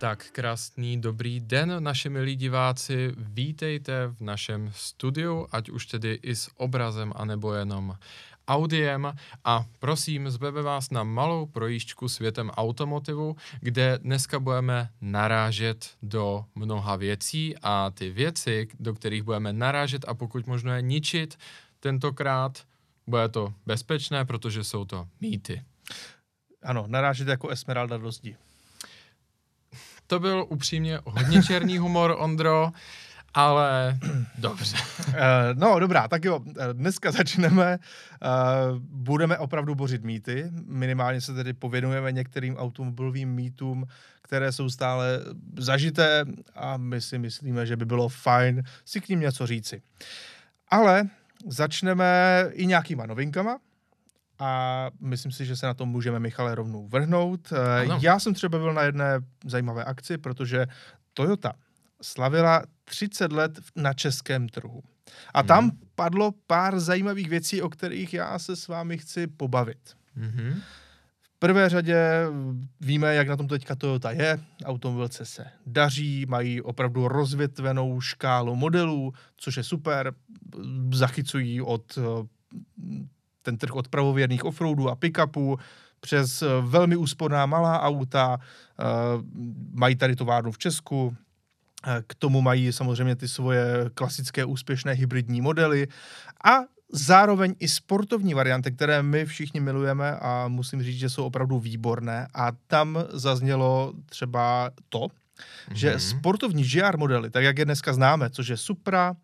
Tak krásný dobrý den, naši milí diváci, vítejte v našem studiu, ať už tedy i s obrazem, anebo jenom audiem a prosím, zveme vás na malou projížďku světem automotivu, kde dneska budeme narážet do mnoha věcí a ty věci, do kterých budeme narážet a pokud možno je ničit, tentokrát bude to bezpečné, protože jsou to mýty. Ano, narážet jako Esmeralda do zdi. To byl upřímně hodně černý humor, Ondro, ale dobře. No dobrá, tak jo, dneska začneme, budeme opravdu bořit mýty, minimálně se tedy pověnujeme některým automobilovým mýtům, které jsou stále zažité a my si myslíme, že by bylo fajn si k ním něco říci. Ale začneme i nějakýma novinkama. A myslím si, že se na to můžeme, Michale, rovnou vrhnout. Ano. Já jsem třeba byl na jedné zajímavé akci, protože Toyota slavila 30 let na českém trhu. A tam padlo pár zajímavých věcí, o kterých já se s vámi chci pobavit. V prvé řadě víme, jak na tom teďka Toyota je. Automobilce se daří, mají opravdu rozvětvenou škálu modelů, což je super. Zachycují ten trh od pravověrných offroadů a pick-upů přes velmi úsporná malá auta, mají tady továrnu v Česku, k tomu mají samozřejmě ty svoje klasické úspěšné hybridní modely a zároveň i sportovní varianty, které my všichni milujeme a musím říct, že jsou opravdu výborné a tam zaznělo třeba to, že sportovní GR modely, tak jak je dneska známe, což je Supra,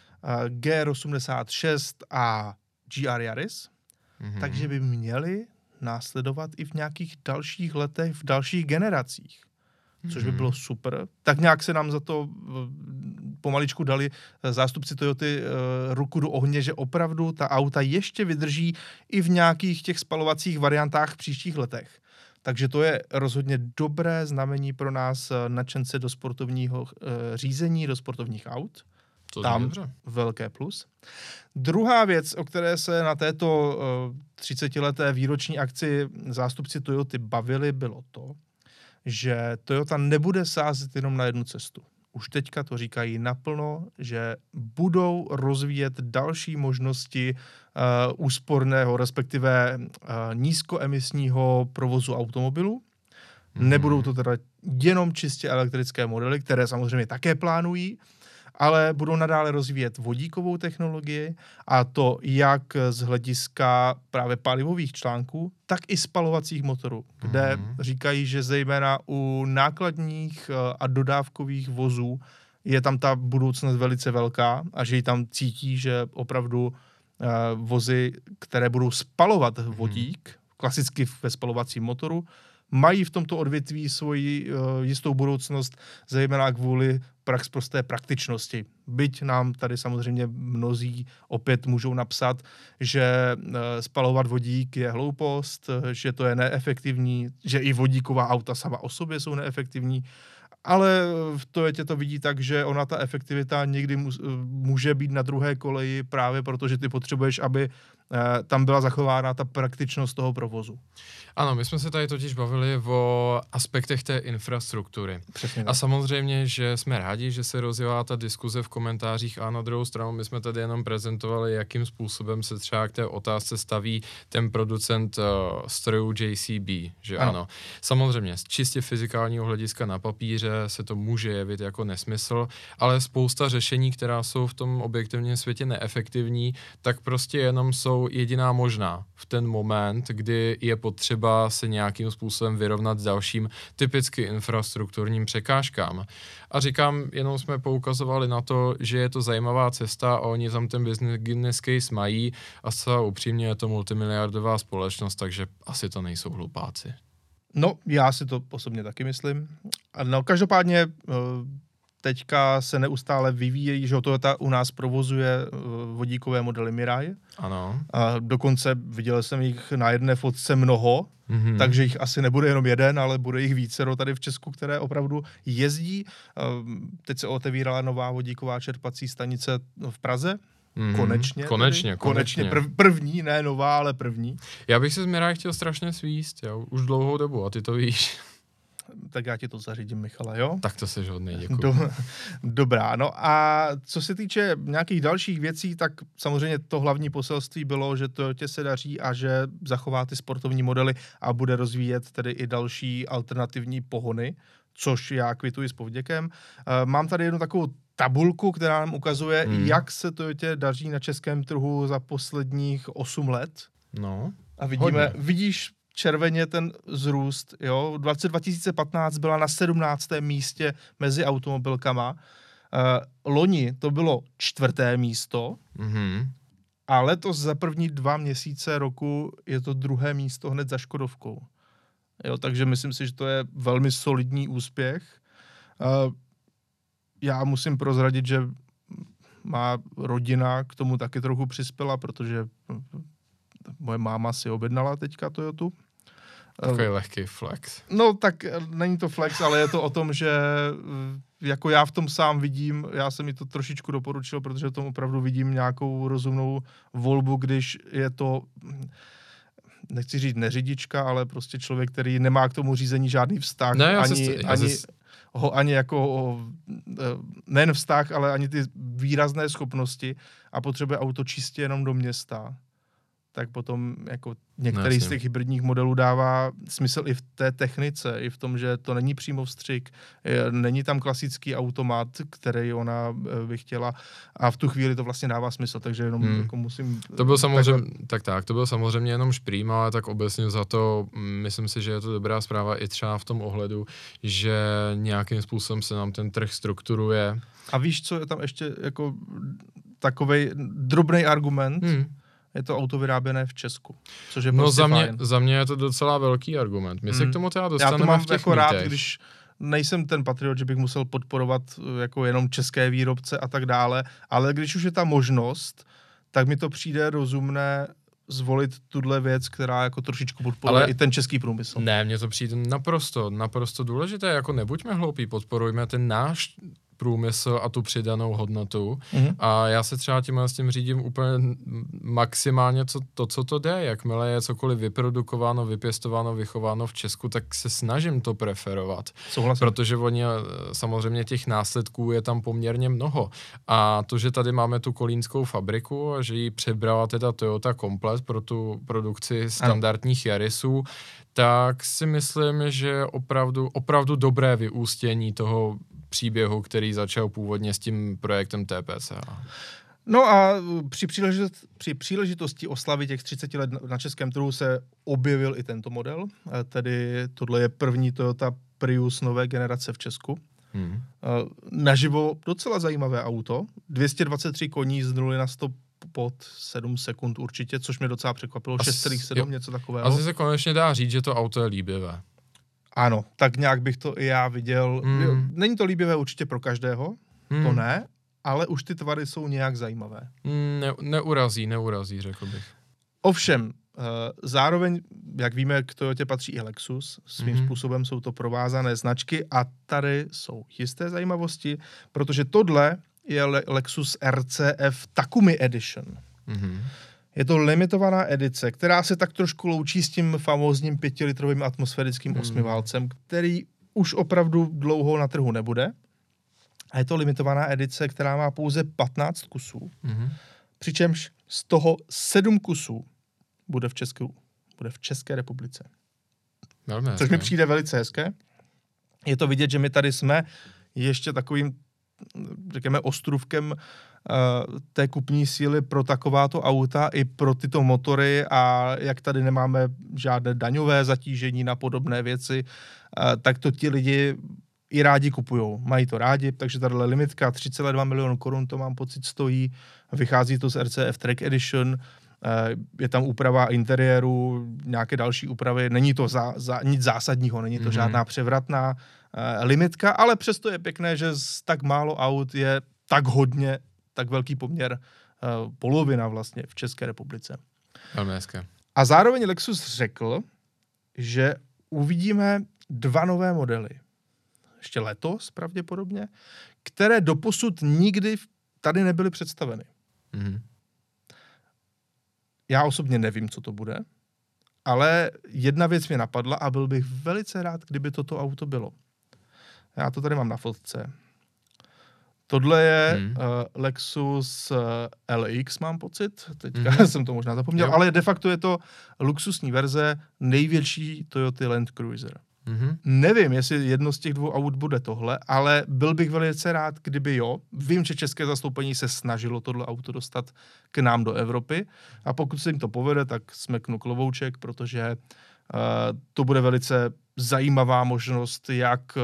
GR86 a GR Yaris, takže by měli následovat i v nějakých dalších letech, v dalších generacích, což by bylo super. Tak nějak se nám za to pomaličku dali zástupci Toyoty ruku do ohně, že opravdu ta auta ještě vydrží i v nějakých těch spalovacích variantách v příštích letech. Takže to je rozhodně dobré znamení pro nás nadšence do sportovního řízení, do sportovních aut. Tam velké plus. Druhá věc, o které se na této 30leté výroční akci zástupci Toyoty bavili, bylo to, že Toyota nebude sázet jenom na jednu cestu. Už teďka to říkají naplno, že budou rozvíjet další možnosti úsporného, respektive nízkoemisního provozu automobilu. Nebudou to teda jenom čistě elektrické modely, které samozřejmě také plánují, ale budou nadále rozvíjet vodíkovou technologii a to jak z hlediska právě palivových článků, tak i spalovacích motorů, kde říkají, že zejména u nákladních a dodávkových vozů je tam ta budoucnost velice velká a že ji tam cítí, že opravdu vozy, které budou spalovat vodík, klasicky ve spalovacím motoru, mají v tomto odvětví svoji jistou budoucnost, zejména kvůli prosté praktičnosti. Byť nám tady samozřejmě mnozí opět můžou napsat, že spalovat vodík je hloupost, že to je neefektivní, že i vodíková auta sama o sobě jsou neefektivní, ale v Toyotě to vidí tak, že ona ta efektivita někdy může být na druhé koleji právě protože ty potřebuješ, aby tam byla zachována ta praktičnost toho provozu. Ano, my jsme se tady totiž bavili o aspektech té infrastruktury. Přesně. A samozřejmě, že jsme rádi, že se rozjela ta diskuze v komentářích a na druhou stranu my jsme tady jenom prezentovali, jakým způsobem se třeba k té otázce staví ten producent strojů JCB, že ano. Samozřejmě, z čistě fyzikálního hlediska na papíře se to může jevit jako nesmysl, ale spousta řešení, která jsou v tom objektivním světě neefektivní, tak prostě jenom jsou jediná možná v ten moment, kdy je potřeba se nějakým způsobem vyrovnat s dalším typicky infrastrukturním překážkám. A říkám, jenom jsme poukazovali na to, že je to zajímavá cesta a oni tam ten business case mají a zcela upřímně je to multimiliardová společnost, takže asi to nejsou hlupáci. No, já si to osobně taky myslím. No, každopádně teďka se neustále vyvíjejí, že Toyota u nás provozuje vodíkové modely Mirai. Ano. A dokonce viděl jsem jich na jedné fotce mnoho, takže jich asi nebude jenom jeden, ale bude jich vícero tady v Česku, které opravdu jezdí. Teď se otevírala nová vodíková čerpací stanice v Praze. Konečně. První, ne nová, ale první. Já bych se z Mirai chtěl strašně svíst, už dlouhou dobu, a ty to víš. Tak já ti to zařídím, Michale, jo? Tak to seš hodnej, děkuji. Dobrá, no a co se týče nějakých dalších věcí, tak samozřejmě to hlavní poselství bylo, že Toyotě se daří a že zachová ty sportovní modely a bude rozvíjet tedy i další alternativní pohony, což já kvituji s povděkem. Mám tady jednu takovou tabulku, která nám ukazuje, jak se Toyotě daří na českém trhu za posledních 8 let. No, a vidíš červeně ten zrůst, jo. V roce 2015 byla na 17. místě mezi automobilkama. Loni to bylo 4. místo. A letos za první 2 měsíce roku je to 2. místo hned za Škodovkou. Jo, takže myslím si, že to je velmi solidní úspěch. Já musím prozradit, že má rodina k tomu taky trochu přispěla, protože moje máma si objednala teďka Toyotu. Takový lehký flex. No tak není to flex, ale je to o tom, že jako já v tom sám vidím, já jsem mi to trošičku doporučil, protože v tom opravdu vidím nějakou rozumnou volbu, když je to, nechci říct neřidička, ale prostě člověk, který nemá k tomu řízení žádný vztah. Ne, ani jako nejen vztah, ale ani ty výrazné schopnosti a potřebuje auto čistě jenom do města, tak potom jako některý z těch hybridních modelů dává smysl i v té technice, i v tom, že to není přímo vstřik, není tam klasický automat, který ona by chtěla a v tu chvíli to vlastně dává smysl, takže jenom jako musím... To byl samozřejmě, to byl samozřejmě jenom šprým, ale tak obecně za to myslím si, že je to dobrá zpráva i třeba v tom ohledu, že nějakým způsobem se nám ten trh strukturuje. A víš, co je tam ještě jako takovej drobnej argument? Je to auto vyráběné v Česku, což je prostě fajn. Za mě je to docela velký argument. My se k tomu teda dostaneme. Já to mám v těch jako rád, když nejsem ten patriot, že bych musel podporovat jako jenom české výrobce a tak dále, ale když už je ta možnost, tak mi to přijde rozumné zvolit tuhle věc, která jako trošičku podporuje i ten český průmysl. Ne, mně to přijde naprosto důležité, jako nebuďme hloupí, podporujme ten náš průmysl a tu přidanou hodnotu. A já se třeba s tím řídím úplně maximálně co to jde. Jakmile je cokoliv vyprodukováno, vypěstováno, vychováno v Česku, tak se snažím to preferovat. Souhlasím. Protože oni samozřejmě těch následků je tam poměrně mnoho. A to, že tady máme tu kolínskou fabriku a že ji přebrala teda Toyota komplet pro tu produkci standardních Yarisů, tak si myslím, že opravdu dobré vyústění toho příběhu, který začal původně s tím projektem TPCA. No a při příležitosti oslavy těch 30 let na českém trhu se objevil i tento model, tedy tohle je první Toyota Prius nové generace v Česku. Naživo docela zajímavé auto, 223 koní z 0 na 100 pod 7 sekund určitě, což mě docela překvapilo, 6,7, něco takového. Asi se konečně dá říct, že to auto je líbivé. Ano, tak nějak bych to i já viděl. Není to líbivé určitě pro každého, to ne, ale už ty tvary jsou nějak zajímavé. Neurazí, řekl bych. Ovšem, zároveň, jak víme, k Toyotě patří i Lexus, svým způsobem jsou to provázané značky a tady jsou jisté zajímavosti, protože tohle je Lexus RCF Takumi Edition. Je to limitovaná edice, která se tak trošku loučí s tím famózním 5-litrovým atmosférickým osmiválcem, který už opravdu dlouho na trhu nebude. A je to limitovaná edice, která má pouze 15 kusů. Přičemž z toho 7 kusů bude v České republice. Což mi přijde velice hezké. Je to vidět, že my tady jsme ještě takovým, řekněme, ostrůvkem té kupní síly pro takováto auta i pro tyto motory a jak tady nemáme žádné daňové zatížení na podobné věci, tak to ti lidi i rádi kupujou. Mají to rádi, takže tato limitka 3,2 milionu korun, to mám pocit stojí, vychází to z RCF Track Edition, je tam úprava interiéru, nějaké další úpravy, není to nic zásadního, není to žádná převratná limitka, ale přesto je pěkné, že z tak málo aut je tak hodně, tak velký poměr, polovina vlastně v České republice. Velmi hezké. A zároveň Lexus řekl, že uvidíme 2 nové modely, ještě letos pravděpodobně, které doposud nikdy tady nebyly představeny. Já osobně nevím, co to bude, Ale jedna věc mě napadla a byl bych velice rád, kdyby toto auto bylo. Já to tady mám na fotce. Tohle je Lexus LX, mám pocit. Teďka jsem to možná zapomněl, ale de facto je to luxusní verze největší Toyota Land Cruiser. Nevím, jestli jedno z těch dvou aut bude tohle, ale byl bych velice rád, kdyby jo. Vím, že české zastoupení se snažilo tohle auto dostat k nám do Evropy a pokud se jim to povede, tak smeknu klobouček, protože to bude velice zajímavá možnost, jak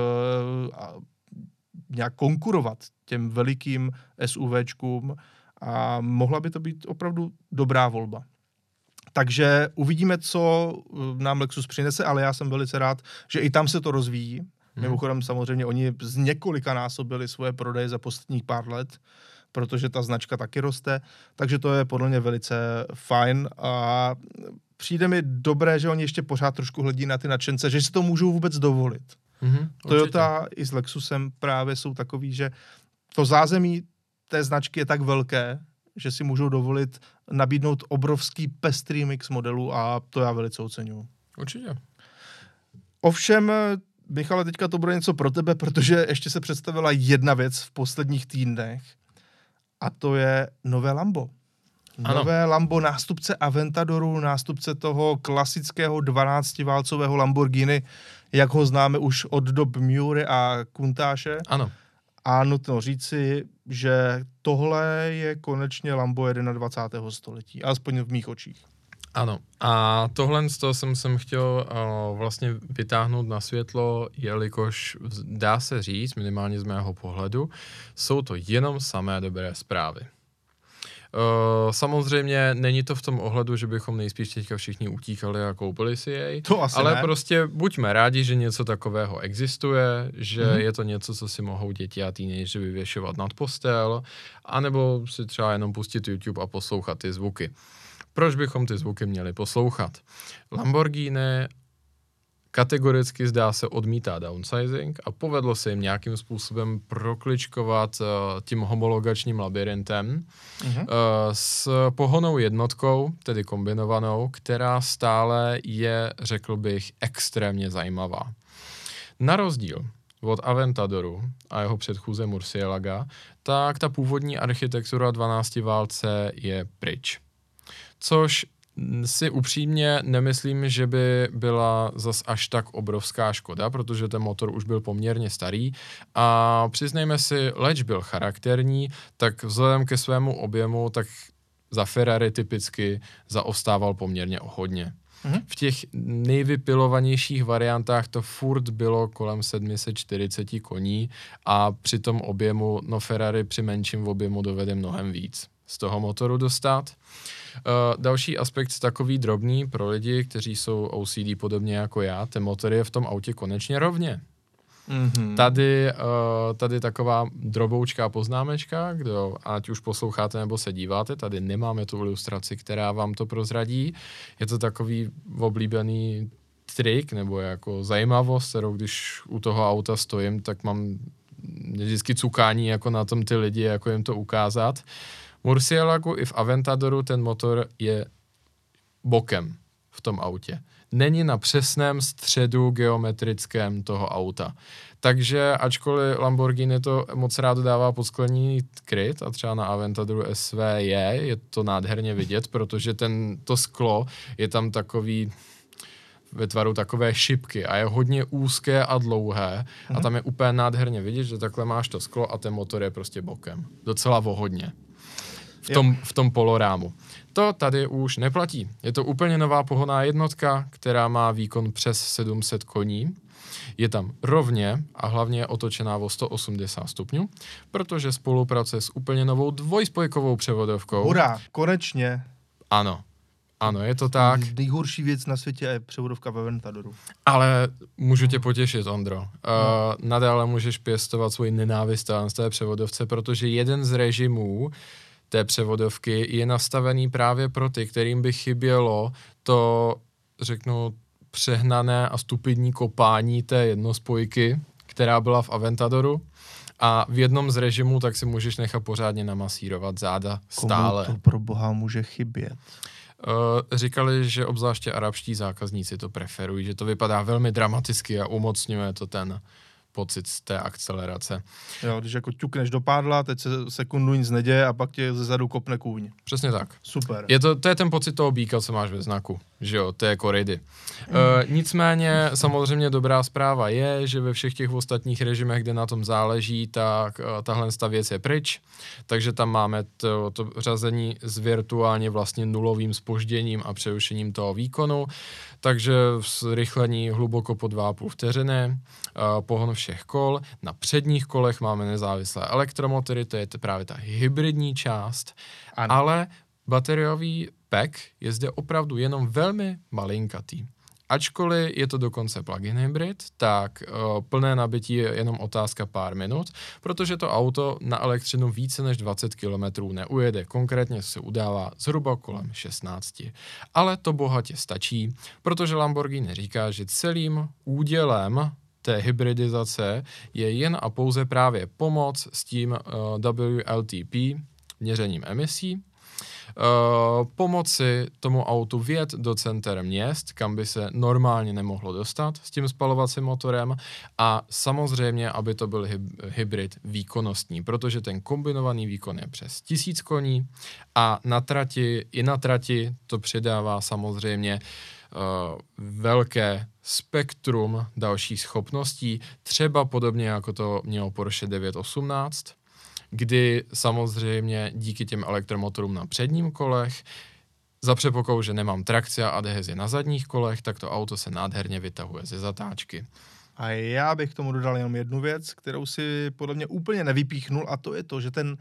nějak konkurovat těm velikým SUVčkům a mohla by to být opravdu dobrá volba. Takže uvidíme, co nám Lexus přinese, ale já jsem velice rád, že i tam se to rozvíjí. Mimochodem samozřejmě oni z několika násobili svoje prodeje za posledních pár let, protože ta značka taky roste, takže to je podle mě velice fajn a přijde mi dobré, že oni ještě pořád trošku hledí na ty nadšence, že si to můžou vůbec dovolit. Toyota i s Lexusem právě jsou takový, že to zázemí té značky je tak velké, že si můžou dovolit nabídnout obrovský pestrý mix modelů a to já velice oceňuji. Určitě. Ovšem, Michale, teďka to bude něco pro tebe, protože ještě se představila jedna věc v posledních týdnech a to je nové Lambo. Ano. Nové Lambo, nástupce Aventadoru, nástupce toho klasického 12-válcového Lamborghini, jak ho známe už od dob Miury a Countach. Ano. A nutno říci, že tohle je konečně Lambo 21. století, alespoň v mých očích. Ano. A tohle z toho jsem chtěl vlastně vytáhnout na světlo, jelikož dá se říct, minimálně z mého pohledu, jsou to jenom samé dobré zprávy. Samozřejmě není to v tom ohledu, že bychom nejspíš teďka všichni utíkali a koupili si jej, ale prostě buďme rádi, že něco takového existuje, že je to něco, co si mohou děti a teenageři vyvěšovat nad postel, anebo si třeba jenom pustit YouTube a poslouchat ty zvuky. Proč bychom ty zvuky měli poslouchat? Lamborghini kategoricky zdá se odmítá downsizing a povedlo se jim nějakým způsobem prokličkovat tím homologačním labirintem s pohonnou jednotkou, tedy kombinovanou, která stále je, řekl bych, extrémně zajímavá. Na rozdíl od Aventadoru a jeho předchůze Murcielaga, tak ta původní architektura 12 válce je pryč. Což si upřímně nemyslím, že by byla zas až tak obrovská škoda, protože ten motor už byl poměrně starý a přiznejme si, leč byl charakterní, tak vzhledem ke svému objemu, tak za Ferrari typicky zaostával poměrně o hodně. V těch nejvypilovanějších variantách to furt bylo kolem 740 koní a při tom objemu, no Ferrari při menším objemu dovede mnohem víc z toho motoru dostat. Další aspekt takový drobný pro lidi, kteří jsou OCD podobně jako já, ten motor je v tom autě konečně rovně. Tady taková droboučká poznámečka, kdo ať už posloucháte nebo se díváte, tady nemáme tu ilustraci, která vám to prozradí. Je to takový oblíbený trik nebo jako zajímavost, kterou když u toho auta stojím, tak mám vždycky cukání jako na tom ty lidi, jako jim to ukázat. Murcielagu i v Aventadoru ten motor je bokem v tom autě. Není na přesném středu geometrickém toho auta. Takže ačkoliv Lamborghini to moc rád dává pod skleněný kryt a třeba na Aventadoru SV je to nádherně vidět, protože to sklo je tam takový ve tvaru takové šipky a je hodně úzké a dlouhé a tam je úplně nádherně vidět, že takhle máš to sklo a ten motor je prostě bokem. Docela vohodně. V tom polorámu. To tady už neplatí. Je to úplně nová pohonná jednotka, která má výkon přes 700 koní. Je tam rovně a hlavně je otočená o 180 stupňů, protože spolupracuje s úplně novou dvojspojkovou převodovkou. Hurá, konečně. Ano, je to tak. Nejhorší věc na světě je převodovka v Aventadoru. Ale můžu tě potěšit, Ondro. Nadále můžeš pěstovat svůj nenávist z té převodovce, protože jeden z režimů té převodovky je nastavený právě pro ty, kterým by chybělo to, řeknu, přehnané a stupidní kopání té jednospojky, která byla v Aventadoru. A v jednom z režimů tak si můžeš nechat pořádně namasírovat záda stále. Komu to pro boha může chybět? Říkali, že obzvláště arabští zákazníci to preferují, že to vypadá velmi dramaticky a umocňuje to ten pocit z té akcelerace. Jo, když jako ťukneš do pádla, teď se sekundu nic neděje a pak tě zezadu kopne kůň. Přesně tak. Super. To je ten pocit toho býka, co máš ve znaku, že jo, to je koridy. Nicméně samozřejmě dobrá zpráva je, že ve všech těch ostatních režimech, kde na tom záleží, tak tahle věc je pryč, takže tam máme to řazení s virtuálně vlastně nulovým zpožděním a přerušením toho výkonu, takže zrychlení hluboko po 2,5 vteřiny, pohon všech kol, na předních kolech máme nezávislé elektromotory, to je právě ta hybridní část, ano. Ale bateriový pack je zde opravdu jenom velmi malinkatý. Ačkoliv je to dokonce plug-in hybrid, tak plné nabití je jenom otázka pár minut, protože to auto na elektřinu více než 20 km neujede. Konkrétně se udává zhruba kolem 16. Ale to bohatě stačí, protože Lamborghini říká, že celým údělem té hybridizace je jen a pouze právě pomoc s tím WLTP, měřením emisí, pomoci tomu autu vjet do center měst, kam by se normálně nemohlo dostat s tím spalovacím motorem a samozřejmě, aby to byl hybrid výkonnostní, protože ten kombinovaný výkon je přes 1000 koní a na trati to přidává samozřejmě velké spektrum dalších schopností, třeba podobně jako to mělo Porsche 918, kdy samozřejmě díky těm elektromotorům na předním kolech, za předpokladu, že nemám trakci a adhezi na zadních kolech, tak to auto se nádherně vytahuje ze zatáčky. A já bych k tomu dodal jenom jednu věc, kterou si podle mě úplně nevypíchnul, a to je to, že ten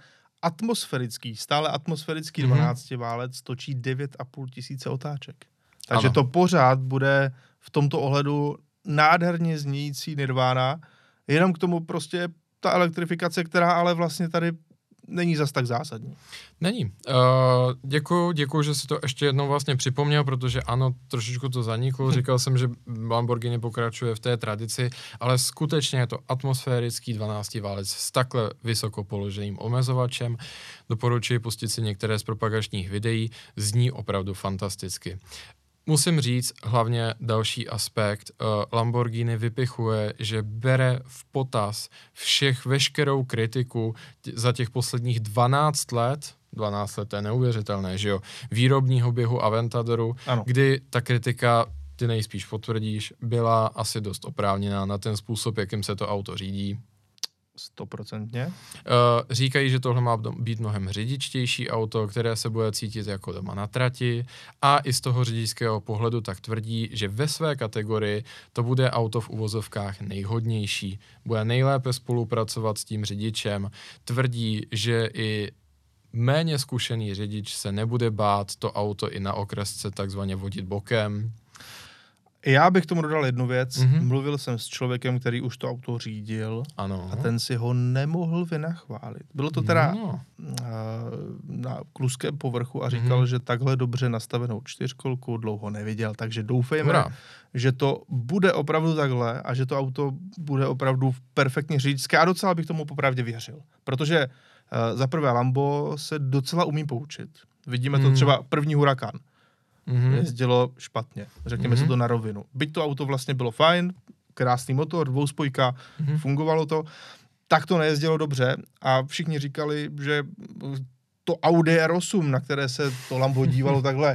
stále atmosférický 12 válec točí 9,5 tisíce otáček. Takže to pořád bude v tomto ohledu nádherně znějící Nirvana, jenom k tomu prostě ta elektrifikace, která ale vlastně tady není zas tak zásadní. Není. Děkuju, že si to ještě jednou vlastně připomněl, protože ano, trošičku to zaniklo. Říkal jsem, že Lamborghini pokračuje v té tradici, ale skutečně je to atmosférický 12 válec s takhle vysoko položeným omezovačem. Doporučuji pustit si některé z propagačních videí, zní opravdu fantasticky. Musím říct, hlavně další aspekt, Lamborghini vypichuje, že bere v potaz veškerou kritiku za těch posledních 12 let to je neuvěřitelné, že jo, výrobního běhu Aventadoru, ano. Kdy ta kritika, ty nejspíš potvrdíš, byla asi dost oprávněná na ten způsob, jakým se to auto řídí. 100%. Říkají, že tohle má být mnohem řidičtější auto, které se bude cítit jako doma na trati a i z toho řidičského pohledu tak tvrdí, že ve své kategorii to bude auto v uvozovkách nejhodnější. Bude nejlépe spolupracovat s tím řidičem. Tvrdí, že i méně zkušený řidič se nebude bát to auto i na okresce takzvaně vodit bokem. Já bych tomu dodal jednu věc. Mluvil jsem s člověkem, který už to auto řídil, ano. A ten si ho nemohl vynachválit. Bylo to teda na kluském povrchu a říkal, že takhle dobře nastavenou čtyřkolku dlouho neviděl, takže doufejme, že to bude opravdu takhle a že to auto bude opravdu perfektně řidičské a docela bych tomu popravdě věřil. Protože za prvé Lambo se docela umí poučit. Vidíme to třeba první Huracán. Jezdilo špatně, řekněme si to na rovinu. Byť to auto vlastně bylo fajn, krásný motor, dvouspojka, fungovalo to, tak to nejezdilo dobře a všichni říkali, že to Audi R8, na které se to Lambo dívalo takhle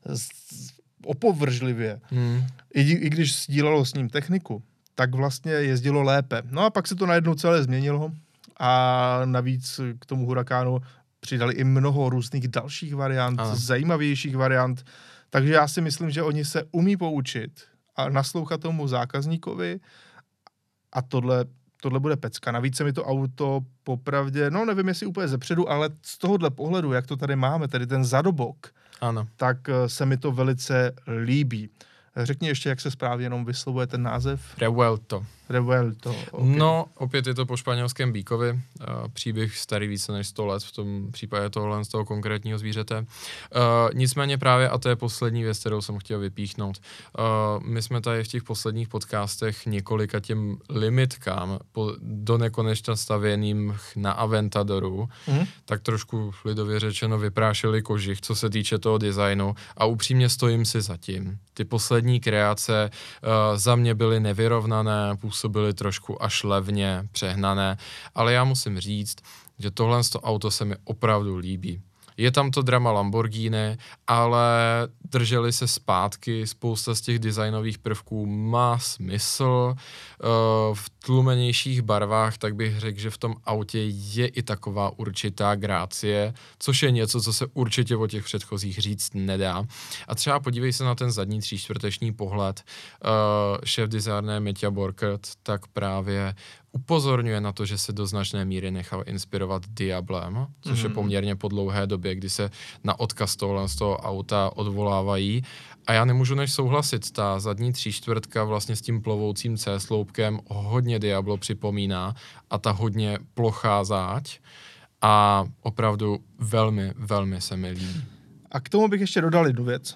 opovržlivě, i když sdílelo s ním techniku, tak vlastně jezdilo lépe. No a pak se to najednou celé změnilo a navíc k tomu Hurakánu přidali i mnoho různých dalších variant, zajímavějších variant, takže já si myslím, že oni se umí poučit a naslouchat tomu zákazníkovi a tohle bude pecka. Navíc se mi to auto popravdě, no nevím, jestli úplně zepředu, ale z tohohle pohledu, jak to tady máme, tady ten zadobok, tak se mi to velice líbí. Řekni ještě, jak se správně jenom vyslovuje ten název. Revuelto. Okay. No, opět je to po španělském býkovi. Příběh starý více než 100 let v tom případě tohle z toho konkrétního zvířete. Nicméně právě, a to je poslední věc, kterou jsem chtěl vypíchnout. My jsme tady v těch posledních podcastech několika těm limitkám do nekonečna stavěným na Aventadoru, tak trošku lidově řečeno vyprášili kožich, co se týče toho designu, a upřímně stojím si za tím. Ty poslední kreace za mě byly nevyrovnané, působily trošku až levně, přehnané, ale já musím říct, že tohle auto se mi opravdu líbí. Je tam to drama Lamborghini, ale drželi se zpátky, spousta z těch designových prvků má smysl. V tlumenějších barvách tak bych řekl, že v tom autě je i taková určitá grácie, což je něco, co se určitě o těch předchozích říct nedá. A třeba podívej se na ten zadní 3/4 pohled. Šéf designer Mitja Borkert tak právě upozorňuje na to, že se do značné míry nechal inspirovat Diablem, což je poměrně po dlouhé době, kdy se na odkaz z toho auta odvolávají. A já nemůžu než souhlasit, ta zadní 3/4 vlastně s tím plovoucím C-sloupkem hodně Diablo připomíná a ta hodně plochá záď a opravdu velmi, velmi se mi líbí. A k tomu bych ještě dodal jednu věc.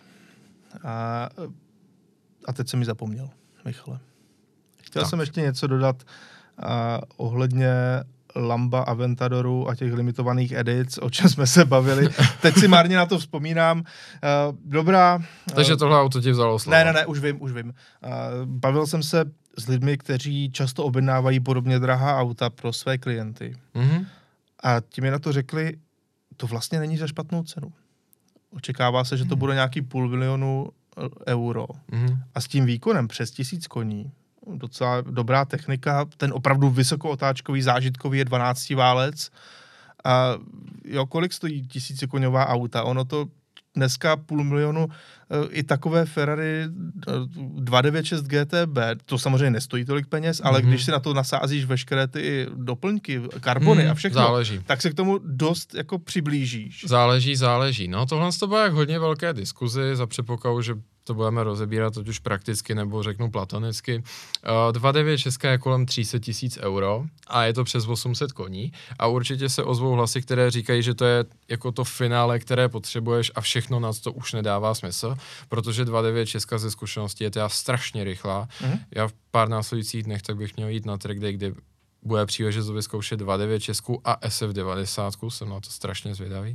A teď jsem mi zapomněl, Michale. Chtěl jsem ještě něco dodat ohledně Lamba Aventadoru a těch limitovaných edic, o čem jsme se bavili. Teď si marně na to vzpomínám. Dobrá. Takže tohle auto ti vzalo slovo. Ne, už vím. Bavil jsem se s lidmi, kteří často objednávají podobně drahá auta pro své klienty. A ti mi na to řekli, to vlastně není za špatnou cenu. Očekává se, že to bude nějaký 500 000 euro. A s tím výkonem přes 1000 koní, docela dobrá technika, ten opravdu vysokootáčkový zážitkový je 12 válec. A jo, kolik stojí 1000koňová auta? Ono to dneska 500 000, i takové Ferrari 296 GTB, to samozřejmě nestojí tolik peněz, ale když si na to nasázíš veškeré ty doplňky, karbony a všechno, záleží. Tak se k tomu dost jako přiblížíš. Záleží. No tohle to bude jak hodně velké diskuzi za předpokladu, že to budeme rozebírat ať už prakticky nebo řeknu platonicky. 296 je kolem 300 000 euro a je to přes 800 koní a určitě se ozvou hlasy, které říkají, že to je jako to finále, které potřebuješ a všechno na to už nedává smysl, protože 296 ze zkušenosti je teda strašně rychlá. Já v pár následujících dnech tak bych měl jít na track day, kde bude příležitost vyzkoušet 296 a SF90, jsem na to strašně zvědavý.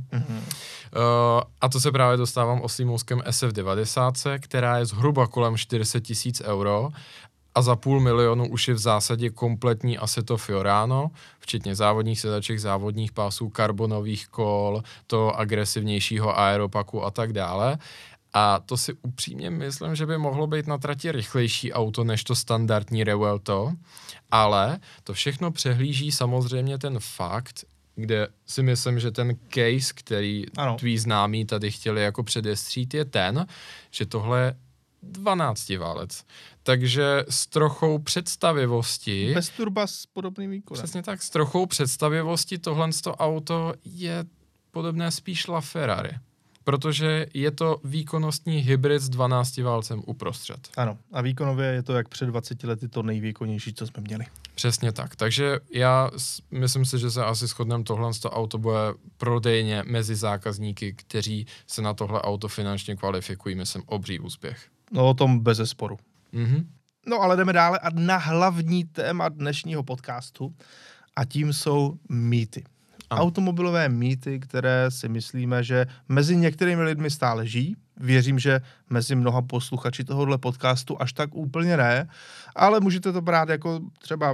A to se právě dostávám oslím můstkem SF90, která je zhruba kolem 400 000 euro a za 500 000 už je v zásadě kompletní Assetto Fiorano, včetně závodních sedaček, závodních pásů, karbonových kol, toho agresivnějšího aeropaku a tak dále. A to si upřímně myslím, že by mohlo být na trati rychlejší auto než to standardní Revuelto, ale to všechno přehlíží samozřejmě ten fakt, kde si myslím, že ten case, který tví známí tady chtěli jako předestřít, je ten, že tohle je 12 válec. Takže s trochou představivosti... Bez turba s podobným výkonem. Přesně tak, s trochou představivosti tohle auto je podobné spíš LaFerrari. Protože je to výkonnostní hybrid s 12 válcem uprostřed. Ano, a výkonově je to jak před 20 lety to nejvýkonnější, co jsme měli. Přesně tak, takže já myslím si, že se asi shodneme, tohle auto bude prodejně mezi zákazníky, kteří se na tohle auto finančně kvalifikují, myslím, obří úspěch. No o tom bezesporu. No ale jdeme dále a na hlavní téma dnešního podcastu a tím jsou mýty. Automobilové mýty, které si myslíme, že mezi některými lidmi stále žijí. Věřím, že mezi mnoha posluchači tohohle podcastu až tak úplně ne, ale můžete to brát jako třeba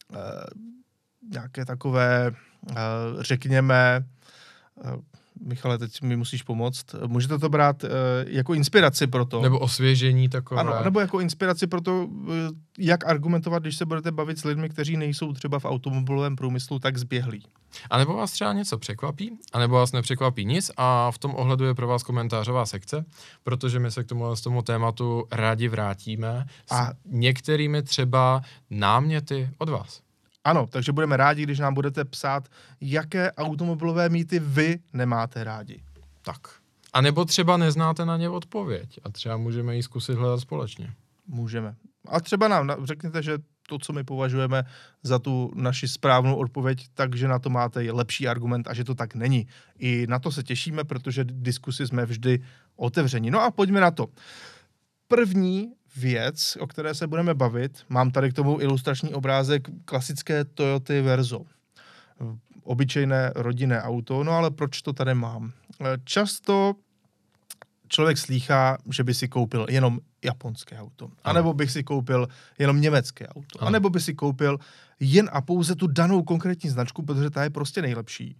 nějaké takové, řekněme, Michale, teď mi musíš pomoct. Můžete to brát jako inspiraci pro to. Nebo osvěžení takové. Ano, nebo jako inspiraci pro to, jak argumentovat, když se budete bavit s lidmi, kteří nejsou třeba v automobilovém průmyslu tak zběhlí. A nebo vás třeba něco překvapí, a nebo vás nepřekvapí nic a v tom ohledu je pro vás komentářová sekce, protože my se k tomu tématu rádi vrátíme s některými třeba náměty od vás. Ano, takže budeme rádi, když nám budete psát, jaké automobilové mýty vy nemáte rádi. Tak. A nebo třeba neznáte na ně odpověď a třeba můžeme ji zkusit hledat společně. Můžeme. A třeba nám řekněte, že to, co my považujeme za tu naši správnou odpověď, takže na to máte lepší argument a že to tak není. I na to se těšíme, protože diskusi jsme vždy otevření. No a pojďme na to. První věc, o které se budeme bavit, mám tady k tomu ilustrační obrázek klasické Toyoty Verzo. Obyčejné rodinné auto, no ale proč to tady mám? Často člověk slýchá, že by si koupil jenom japonské auto. Anebo bych si koupil jenom německé auto. Anebo by si koupil jen a pouze tu danou konkrétní značku, protože ta je prostě nejlepší.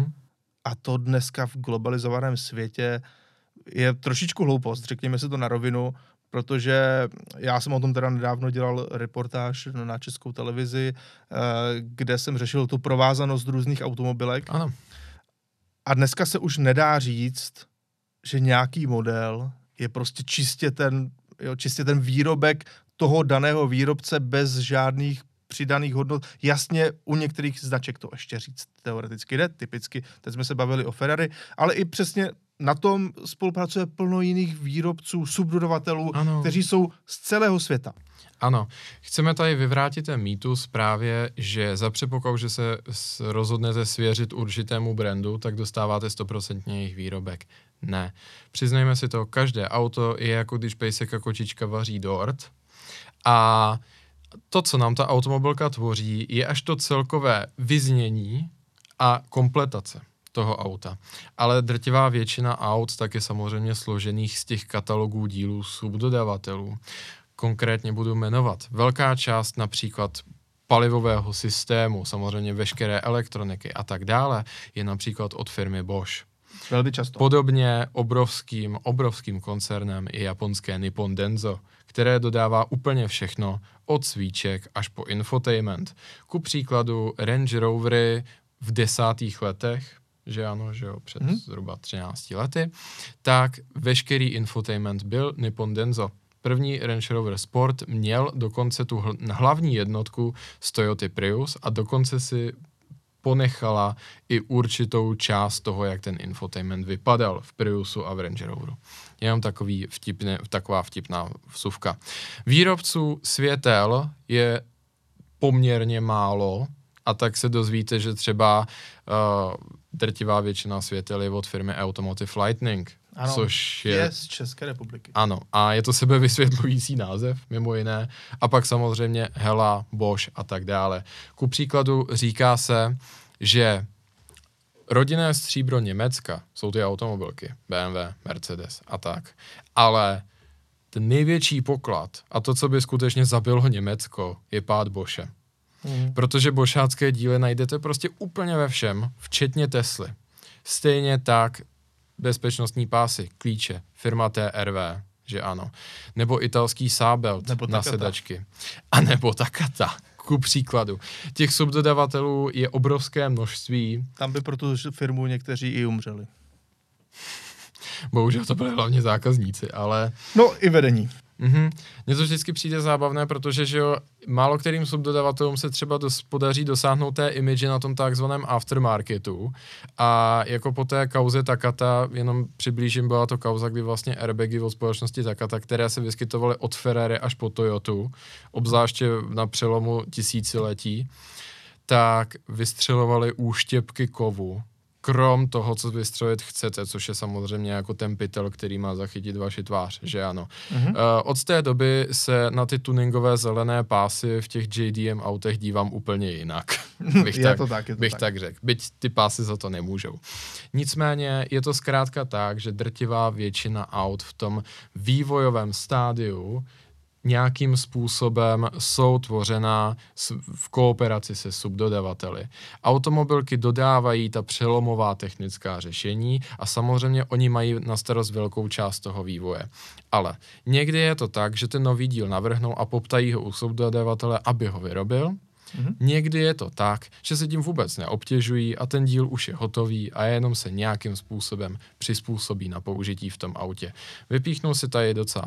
A to dneska v globalizovaném světě je trošičku hloupost, řekněme si to na rovinu, protože já jsem o tom teda nedávno dělal reportáž na Českou televizi, kde jsem řešil tu provázanost různých automobilek. Ano. A dneska se už nedá říct, že nějaký model je prostě čistě ten výrobek toho daného výrobce bez žádných přidaných hodnot. Jasně, u některých značek to ještě říct teoreticky jde, typicky, teď jsme se bavili o Ferrari, ale i přesně na tom spolupracuje plno jiných výrobců, subdodavatelů, kteří jsou z celého světa. Ano, chceme tady vyvrátit ten mýtus právě, že za předpokladu, že se rozhodnete svěřit určitému brandu, tak dostáváte 100% jejich výrobek. Ne. Přiznejme si to, každé auto je jako když pejsek a kočička vaří dort a to, co nám ta automobilka tvoří, je až to celkové vyznění a kompletace toho auta. Ale drtivá většina aut tak je samozřejmě složených z těch katalogů dílů subdodavatelů. Konkrétně budu jmenovat. Velká část například palivového systému, samozřejmě veškeré elektroniky a tak dále, je například od firmy Bosch. Velmi často. Podobně obrovským koncernem je japonské Nippon Denso, které dodává úplně všechno, od svíček až po infotainment. Ku příkladu Range Rovery v 10. letech, před zhruba 13 lety, tak veškerý infotainment byl Nippon Denso. První Range Rover Sport měl dokonce tu hlavní jednotku z Toyoty Prius a dokonce si ponechala i určitou část toho, jak ten infotainment vypadal v Priusu a v Range Roveru. Jenom taková vtipná vsuvka. Výrobců světel je poměrně málo a tak se dozvíte, že třeba drtivá většina světel je od firmy Automotive Lightning. Ano, což je z České republiky. Ano, a je to sebevysvětlující název, mimo jiné. A pak samozřejmě Hella, Bosch a tak dále. Ku příkladu říká se, že rodinné stříbro Německa jsou ty automobilky, BMW, Mercedes a tak. Ale ten největší poklad a to, co by skutečně zabilo Německo, je pád Bosche. Protože bošácké díly najdete prostě úplně ve všem, včetně Tesly. Stejně tak bezpečnostní pásy, klíče, firma TRV, že ano. Nebo italský Saabelt na sedačky. A nebo Takata, ku příkladu. Těch subdodavatelů je obrovské množství. Tam by pro tu firmu někteří i umřeli. Bohužel to byly hlavně zákazníci, ale... No i vedení. Mně to vždycky přijde zábavné, protože že jo, málo kterým subdodavatelům se třeba podaří dosáhnout té image na tom takzvaném aftermarketu a jako po té kauze Takata, jenom přiblížím, byla to kauza, kdy vlastně airbagy od společnosti Takata, které se vyskytovaly od Ferrari až po Toyotu, obzvláště na přelomu tisíciletí, tak vystřelovaly úštěpky kovu, krom toho, co vystřelit chcete, což je samozřejmě jako ten pytel, který má zachytit vaši tvář, že ano. Od té doby se na ty tuningové zelené pásy v těch JDM autech dívám úplně jinak. bych tak řekl. Byť ty pásy za to nemůžou. Nicméně je to zkrátka tak, že drtivá většina aut v tom vývojovém stádiu nějakým způsobem jsou tvořená v kooperaci se subdodavateli. Automobilky dodávají ta přelomová technická řešení a samozřejmě oni mají na starost velkou část toho vývoje. Ale někdy je to tak, že ten nový díl navrhnou a poptají ho u subdodavatele, aby ho vyrobil, Někdy je to tak, že se tím vůbec neobtěžují a ten díl už je hotový a jenom se nějakým způsobem přizpůsobí na použití v tom autě. Vypíchnu si tady docela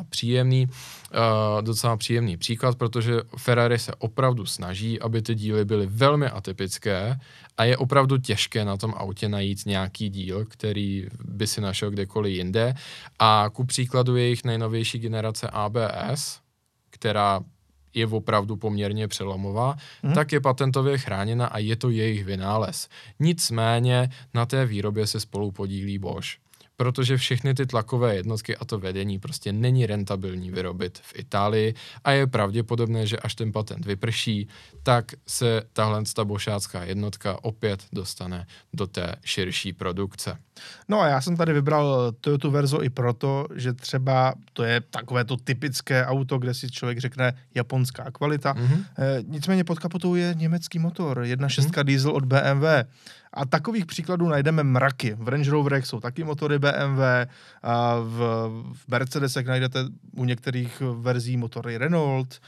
příjemný příklad, protože Ferrari se opravdu snaží, aby ty díly byly velmi atypické a je opravdu těžké na tom autě najít nějaký díl, který by si našel kdekoliv jinde. A ku příkladu jejich nejnovější generace ABS, která je opravdu poměrně přelomová, tak je patentově chráněna a je to jejich vynález. Nicméně na té výrobě se spolu podílí Bosch. Protože všechny ty tlakové jednotky a to vedení prostě není rentabilní vyrobit v Itálii a je pravděpodobné, že až ten patent vyprší, tak se tahle bošácká jednotka opět dostane do té širší produkce. No a já jsem tady vybral Toyota Verzo i proto, že třeba to je takové to typické auto, kde si člověk řekne japonská kvalita. Nicméně pod kapotou je německý motor, 1.6 diesel od BMW. A takových příkladů najdeme mraky. V Range Roverech jsou taky motory BMW, a v Mercedesech najdete u některých verzí motory Renault,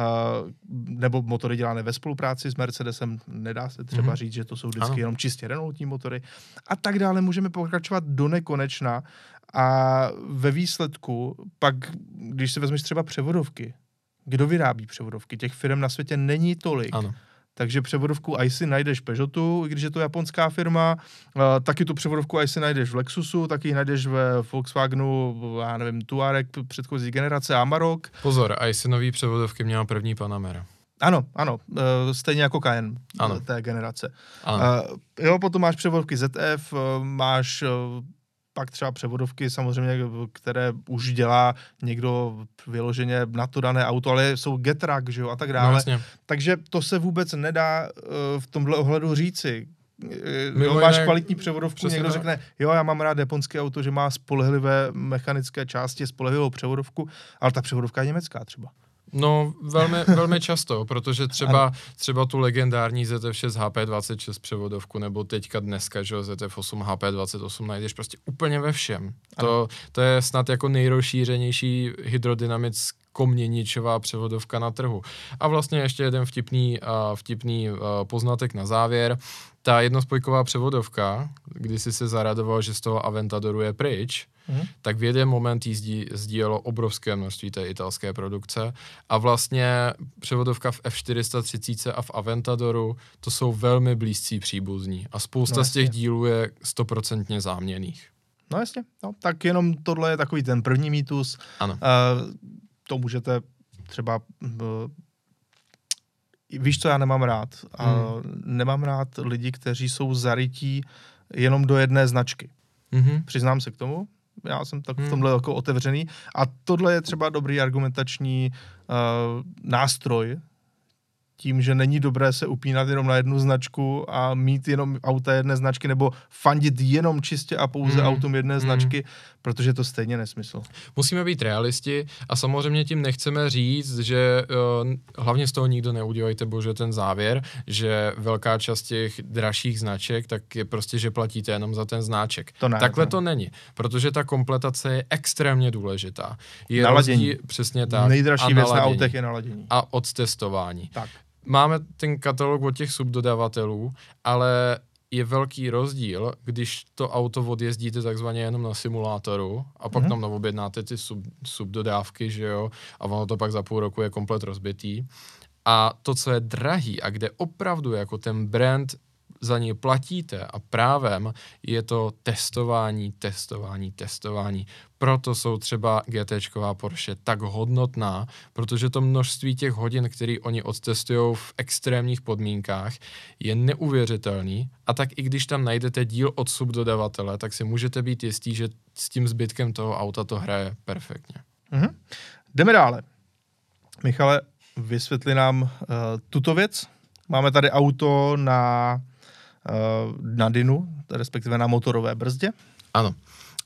nebo motory dělané ve spolupráci s Mercedesem. Nedá se třeba říct, že to jsou vždycky jenom čistě Renaultní motory. A tak dále můžeme pokračovat do nekonečna. A ve výsledku pak, když si vezmeš třeba převodovky, kdo vyrábí převodovky? Těch firm na světě není tolik. Ano. Takže převodovku ICE najdeš v Peugeotu, i když je to japonská firma, taky tu převodovku ICE najdeš v Lexusu, taky ji najdeš ve Volkswagenu, já nevím, Touareg předchozí generace, Amarok. Pozor, ICE nový převodovky měla první Panamera. Ano, stejně jako Cayenne té generace. Jo, potom máš převodovky ZF, máš pak třeba převodovky samozřejmě, které už dělá někdo vyloženě na to dané auto, ale jsou Getrack, že jo, a tak dále. No, takže to se vůbec nedá v tomhle ohledu říci. Máš kvalitní převodovku, někdo řekne, jo, já mám rád japonské auto, že má spolehlivé mechanické části, spolehlivou převodovku, ale ta převodovka je německá třeba. No, velmi často, protože třeba tu legendární ZF6 HP26 převodovku, nebo teďka dneska, že ZF8 HP28 najdeš prostě úplně ve všem. To je snad jako nejrozšířenější hydrodynamicko-měničová převodovka na trhu. A vlastně ještě jeden vtipný poznatek na závěr. Ta jednospojková převodovka, když jsi se zaradoval, že z toho Aventadoru je pryč, tak v jeden moment jí sdílelo obrovské množství té italské produkce a vlastně převodovka v F430 a v Aventadoru to jsou velmi blízcí příbuzní a spousta z těch dílů je 100% záměnných. No jasně, tak jenom tohle je takový ten první mýtus. Ano. To můžete třeba... Víš, co já nemám rád? Nemám rád lidi, kteří jsou zarytí jenom do jedné značky. Přiznám se k tomu. Já jsem tak v tomhle jako otevřený. A tohle je třeba dobrý argumentační nástroj, tím, že není dobré se upínat jenom na jednu značku a mít jenom auta jedné značky, nebo fandit jenom čistě a pouze autům jedné značky, protože to stejně nesmysl. Musíme být realisti a samozřejmě tím nechceme říct, že hlavně z toho nikdo neudělejte, bože, ten závěr, že velká část těch dražších značek, tak je prostě, že platíte jenom za ten znáček. Takhle to není, protože ta kompletace je extrémně důležitá. Je naladění. Přesně tak. Nejdražší věc na autech je naladění. A odtestování. Tak. Máme ten katalog od těch subdodavatelů, ale je velký rozdíl, když to auto odjezdíte takzvaně jenom na simulátoru a pak tam objednáte ty subdodávky, že jo, a ono to pak za půl roku je komplet rozbitý. A to, co je drahý a kde opravdu jako ten brand za něj platíte a právem, je to testování. Proto jsou třeba GTčková Porsche tak hodnotná, protože to množství těch hodin, které oni odtestujou v extrémních podmínkách, je neuvěřitelný. A tak i když tam najdete díl od subdodavatele, tak si můžete být jistý, že s tím zbytkem toho auta to hraje perfektně. Jdeme dále. Michale, vysvětli nám tuto věc. Máme tady auto na dynu, respektive na motorové brzdě. Ano.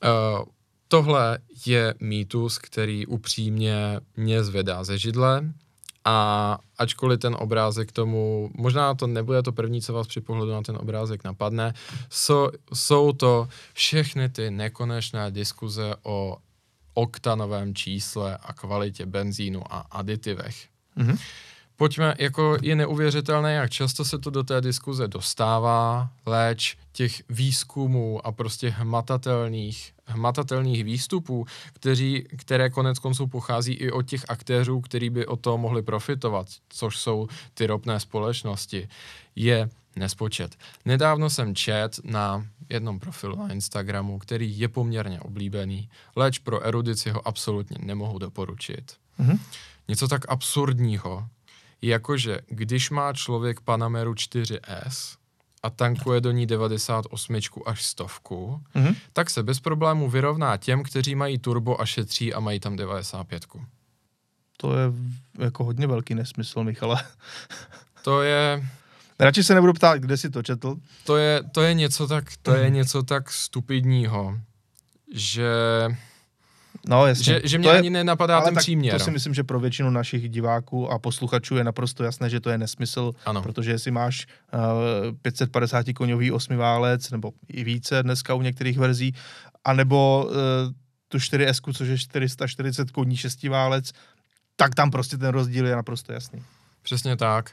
Tohle je mýtus, který upřímně mě zvedá ze židle a ačkoliv ten obrázek tomu, možná to nebude to první, co vás při pohledu na ten obrázek napadne, jsou to všechny ty nekonečné diskuze o oktanovém čísle a kvalitě benzínu a aditivech. Pojďme, jako je neuvěřitelné, jak často se to do té diskuze dostává, leč těch výzkumů a prostě hmatatelných výstupů, které konec konců pochází i od těch aktérů, kteří by od toho mohli profitovat, což jsou ty ropné společnosti, je nespočet. Nedávno jsem čet na jednom profilu na Instagramu, který je poměrně oblíbený, leč pro erudici ho absolutně nemohu doporučit. Něco tak absurdního, jakože když má člověk Panameru 4S a tankuje do ní 98 až 100, tak se bez problémů vyrovná těm, kteří mají turbo a šetří a mají tam 95. To je jako hodně velký nesmysl, Michale. To je... Radši se nebudu ptát, kde jsi to četl. To je něco tak stupidního, že... No, jasně. Že mě ani nenapadá ten příměr. To si myslím, že pro většinu našich diváků a posluchačů je naprosto jasné, že to je nesmysl, ano. Protože jestli máš 550 koňový 8válec, nebo i více dneska u některých verzí, anebo tu 4S, což je 440 koní 6válec, tak tam prostě ten rozdíl je naprosto jasný. Přesně tak.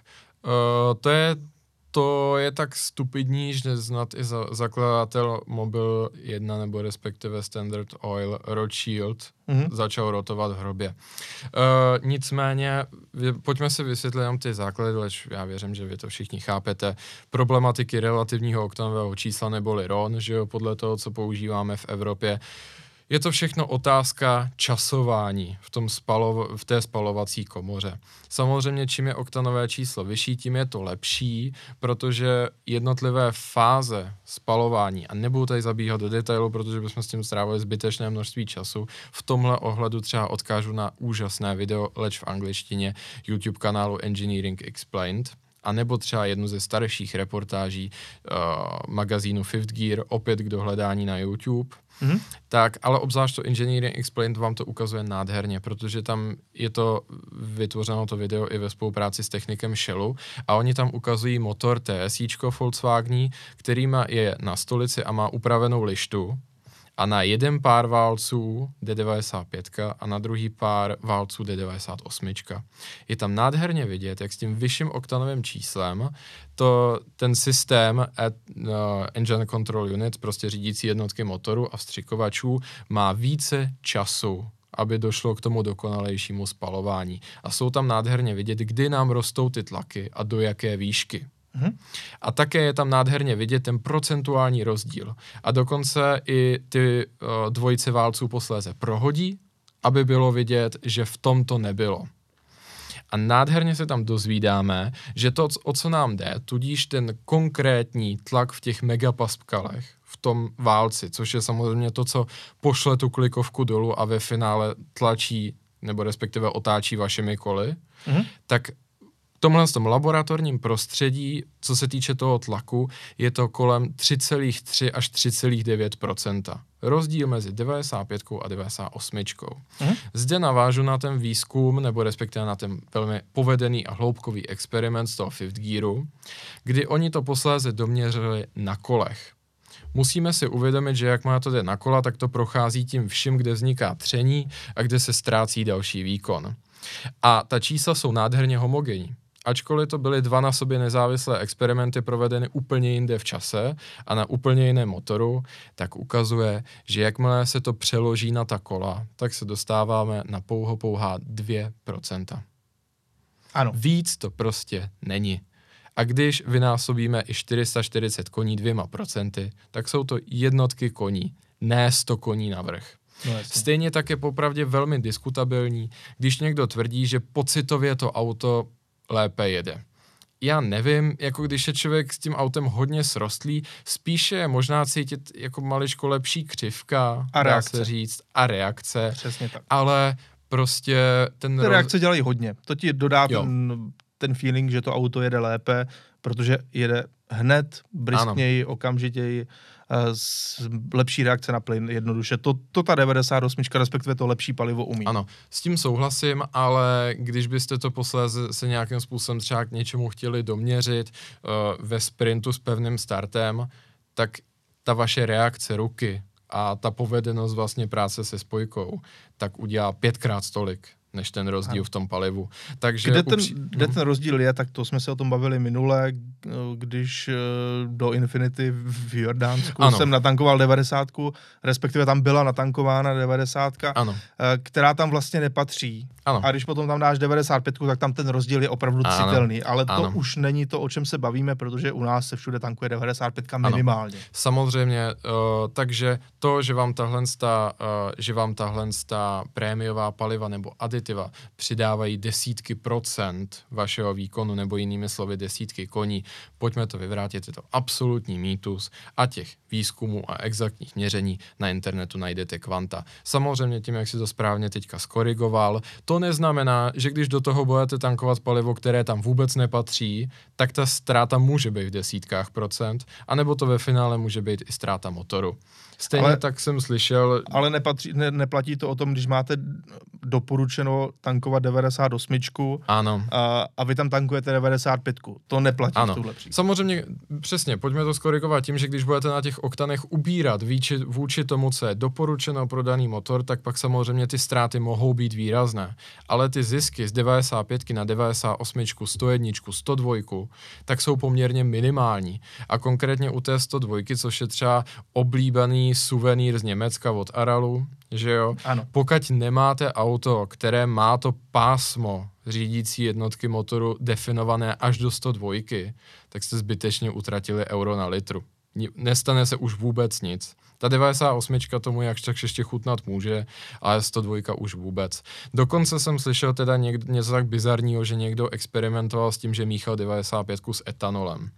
To je tak stupidní, že snad i zakladatel Mobil 1 nebo respektive Standard Oil Rothschild začal rotovat v hrobě. Nicméně, pojďme si vysvětlit jenom ty základy, leč já věřím, že vy to všichni chápete. Problematiky relativního oktanového čísla neboli RON, že jo, podle toho, co používáme v Evropě. Je to všechno otázka časování v té spalovací komoře. Samozřejmě, čím je oktanové číslo vyšší, tím je to lepší, protože jednotlivé fáze spalování, a nebudu tady zabíhat do detailu, protože bychom s tím strávili zbytečné množství času, v tomhle ohledu třeba odkážu na úžasné video, leč v angličtině, YouTube kanálu Engineering Explained, a nebo třeba jednu ze starších reportáží magazínu Fifth Gear, opět k dohledání na YouTube. Tak, ale obzvlášť to Engineering Explained vám to ukazuje nádherně, protože tam je to vytvořeno to video i ve spolupráci s technikem Shellu a oni tam ukazují motor TSIčko Volkswagenu, který je na stolici a má upravenou lištu a na jeden pár válců D95 a na druhý pár válců D98. Je tam nádherně vidět, jak s tím vyšším oktanovým číslem ten systém Engine Control Unit, prostě řídící jednotky motoru a vstřikovačů, má více času, aby došlo k tomu dokonalejšímu spalování. A jsou tam nádherně vidět, kdy nám rostou ty tlaky a do jaké výšky. A také je tam nádherně vidět ten procentuální rozdíl. A dokonce i ty dvojice válců posléze prohodí, aby bylo vidět, že v tom to nebylo. A nádherně se tam dozvídáme, že to, o co nám jde, tudíž ten konkrétní tlak v těch megapaskalech, v tom válci, což je samozřejmě to, co pošle tu klikovku dolů a ve finále tlačí, nebo respektive otáčí vašimi koly, tak v tomhle laboratorním prostředí, co se týče toho tlaku, je to kolem 3,3 až 3,9%. Rozdíl mezi 95 a 98. Zde navážu na ten výzkum, nebo respektive na ten velmi povedený a hloubkový experiment z toho Fifth Gearu, kdy oni to posléze doměřili na kolech. Musíme si uvědomit, že jak má to jde na kola, tak to prochází tím vším, kde vzniká tření a kde se ztrácí další výkon. A ta čísla jsou nádherně homogenní. Ačkoliv to byly dva na sobě nezávislé experimenty provedeny úplně jinde v čase a na úplně jiném motoru, tak ukazuje, že jakmile se to přeloží na ta kola, tak se dostáváme na pouhá 2%. Ano. Víc to prostě není. A když vynásobíme i 440 koní 2%, tak jsou to jednotky koní, ne 100 koní navrch. No, stejně tak je popravdě velmi diskutabilní, když někdo tvrdí, že pocitově to auto lépe jede. Já nevím, jako když je člověk s tím autem hodně srostlý, spíše je možná cítit jako maličko lepší křivka, dá se říct, a reakce. Přesně tak. Ale prostě ty reakce dělají hodně. To ti dodá ten feeling, že to auto jede lépe, protože jede hned, briskněji, okamžitěji, lepší reakce na plyn, jednoduše. To ta 98, respektive to lepší palivo umí. Ano, s tím souhlasím, ale když byste to posléze se nějakým způsobem třeba k něčemu chtěli doměřit ve sprintu s pevným startem, tak ta vaše reakce ruky a ta povedenost vlastně práce se spojkou, tak udělá 5x tolik než ten rozdíl v tom palivu. Takže kde ten rozdíl je, tak to jsme se o tom bavili minule, když do Infinity v Jordánsku jsem natankoval 90, respektive tam byla natankována 90, která tam vlastně nepatří. Ano. A když potom tam dáš 95, tak tam ten rozdíl je opravdu citelný. Ale to už není to, o čem se bavíme, protože u nás se všude tankuje 95 minimálně. Samozřejmě, takže to, že vám tahle prémiová paliva nebo aditiva přidávají desítky procent vašeho výkonu, nebo jinými slovy desítky koní, pojďme to vyvrátit, je to absolutní mýtus a těch výzkumů a exaktních měření na internetu najdete kvanta. Samozřejmě tím, jak si to správně teďka skorigoval, to neznamená, že když do toho budete tankovat palivo, které tam vůbec nepatří, tak ta ztráta může být v desítkách procent, anebo to ve finále může být i ztráta motoru. Stejně tak jsem slyšel... Ale neplatí to o tom, když máte doporučeno tankovat 98 a vy tam tankujete 95. To neplatí v tuhle případě. Samozřejmě, přesně, pojďme to skorigovat tím, že když budete na těch oktanech ubírat vůči tomu, co je doporučeno pro daný motor, tak pak samozřejmě ty ztráty mohou být výrazné. Ale ty zisky z 95 na 98, 101, 102, tak jsou poměrně minimální. A konkrétně u té 102, což je třeba oblíbený suvenýr z Německa od Aralu, že jo? Ano. Pokud nemáte auto, které má to pásmo řídící jednotky motoru definované až do 102, tak jste zbytečně utratili euro na litru. Nestane se už vůbec nic. Ta 98 tomu jakž tak ještě chutnat může, ale 102 už vůbec. Dokonce jsem slyšel teda něco tak bizarního, že někdo experimentoval s tím, že míchal 95 s etanolem.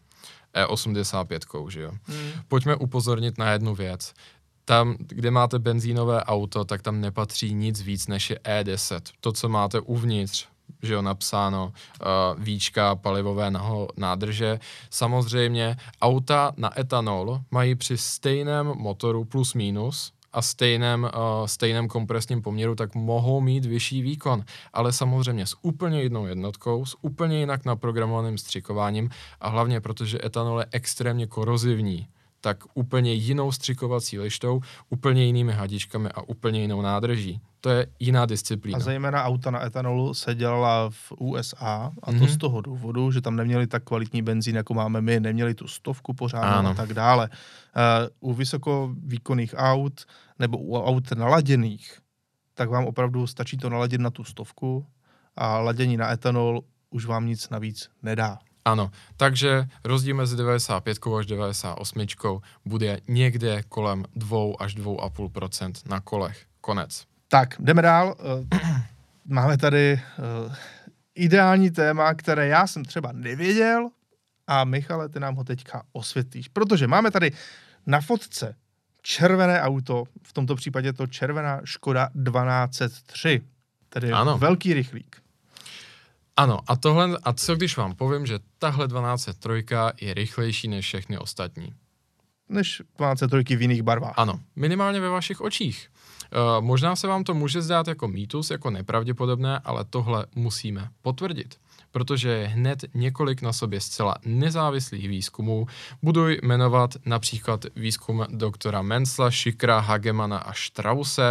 E85, že jo. Pojďme upozornit na jednu věc. Tam, kde máte benzínové auto, tak tam nepatří nic víc než je E10. To, co máte uvnitř, že jo, napsáno víčka palivové nádrže. Samozřejmě auta na etanol mají při stejném motoru plus minus a stejném kompresním poměru, tak mohou mít vyšší výkon. Ale samozřejmě s úplně jinou jednotkou, s úplně jinak naprogramovaným střikováním a hlavně protože etanol je extrémně korozivní, tak úplně jinou střikovací lištou, úplně jinými hadičkami a úplně jinou nádrží. To je jiná disciplína. A zejména auta na etanolu se dělala v USA a to z toho důvodu, že tam neměli tak kvalitní benzín, jako máme my, neměli tu 100 pořádnou a tak dále. U vysokovýkonných aut nebo u aut naladěných, tak vám opravdu stačí to naladit na tu 100 a ladění na etanol už vám nic navíc nedá. Ano, takže rozdíl mezi 95 až 98 bude někde kolem 2 až 2,5% na kolech. Konec. Tak, jdeme dál. Máme tady ideální téma, které já jsem třeba nevěděl a Michale, ty nám ho teďka osvětlíš. Protože máme tady na fotce červené auto, v tomto případě to červená Škoda 1203, tedy velký rychlík. Ano, a co když vám povím, že tahle 1203 je rychlejší než všechny ostatní? Než 1203 v jiných barvách. Ano, minimálně ve vašich očích. Možná se vám to může zdát jako mýtus, jako nepravděpodobné, ale tohle musíme potvrdit. Protože je hned několik na sobě zcela nezávislých výzkumů. Budu jmenovat například výzkum doktora Menzla, Schickera, Hagemana a Strausse,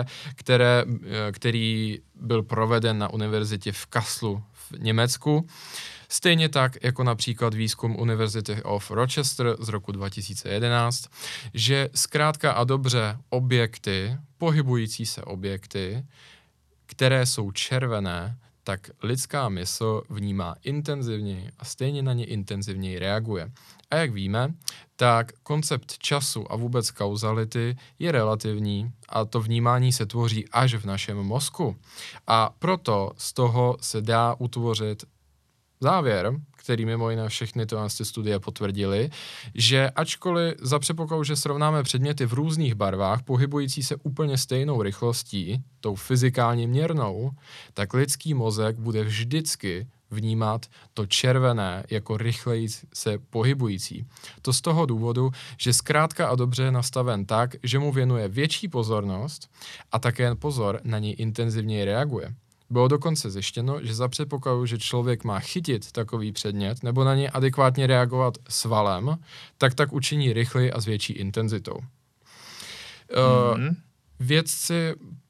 který byl proveden na univerzitě v Kasselu v Německu. Stejně tak jako například výzkum University of Rochester z roku 2011, že zkrátka a dobře pohybující se objekty, které jsou červené, tak lidská mysl vnímá intenzivněji a stejně na ně intenzivněji reaguje. A jak víme, tak koncept času a vůbec kauzality je relativní a to vnímání se tvoří až v našem mozku. A proto z toho se dá utvořit závěr, který mimo jiné všechny tyhle studie potvrdily, že ačkoliv za předpokladu, že srovnáme předměty v různých barvách, pohybující se úplně stejnou rychlostí, tou fyzikálně měrnou, tak lidský mozek bude vždycky vnímat to červené jako rychleji se pohybující. To z toho důvodu, že zkrátka a dobře je nastaven tak, že mu věnuje větší pozornost a také pozor na něj intenzivněji reaguje. Bylo dokonce zjištěno, že za předpokladu, že člověk má chytit takový předmět nebo na něj adekvátně reagovat svalem, tak učiní rychleji a s větší intenzitou. Vědci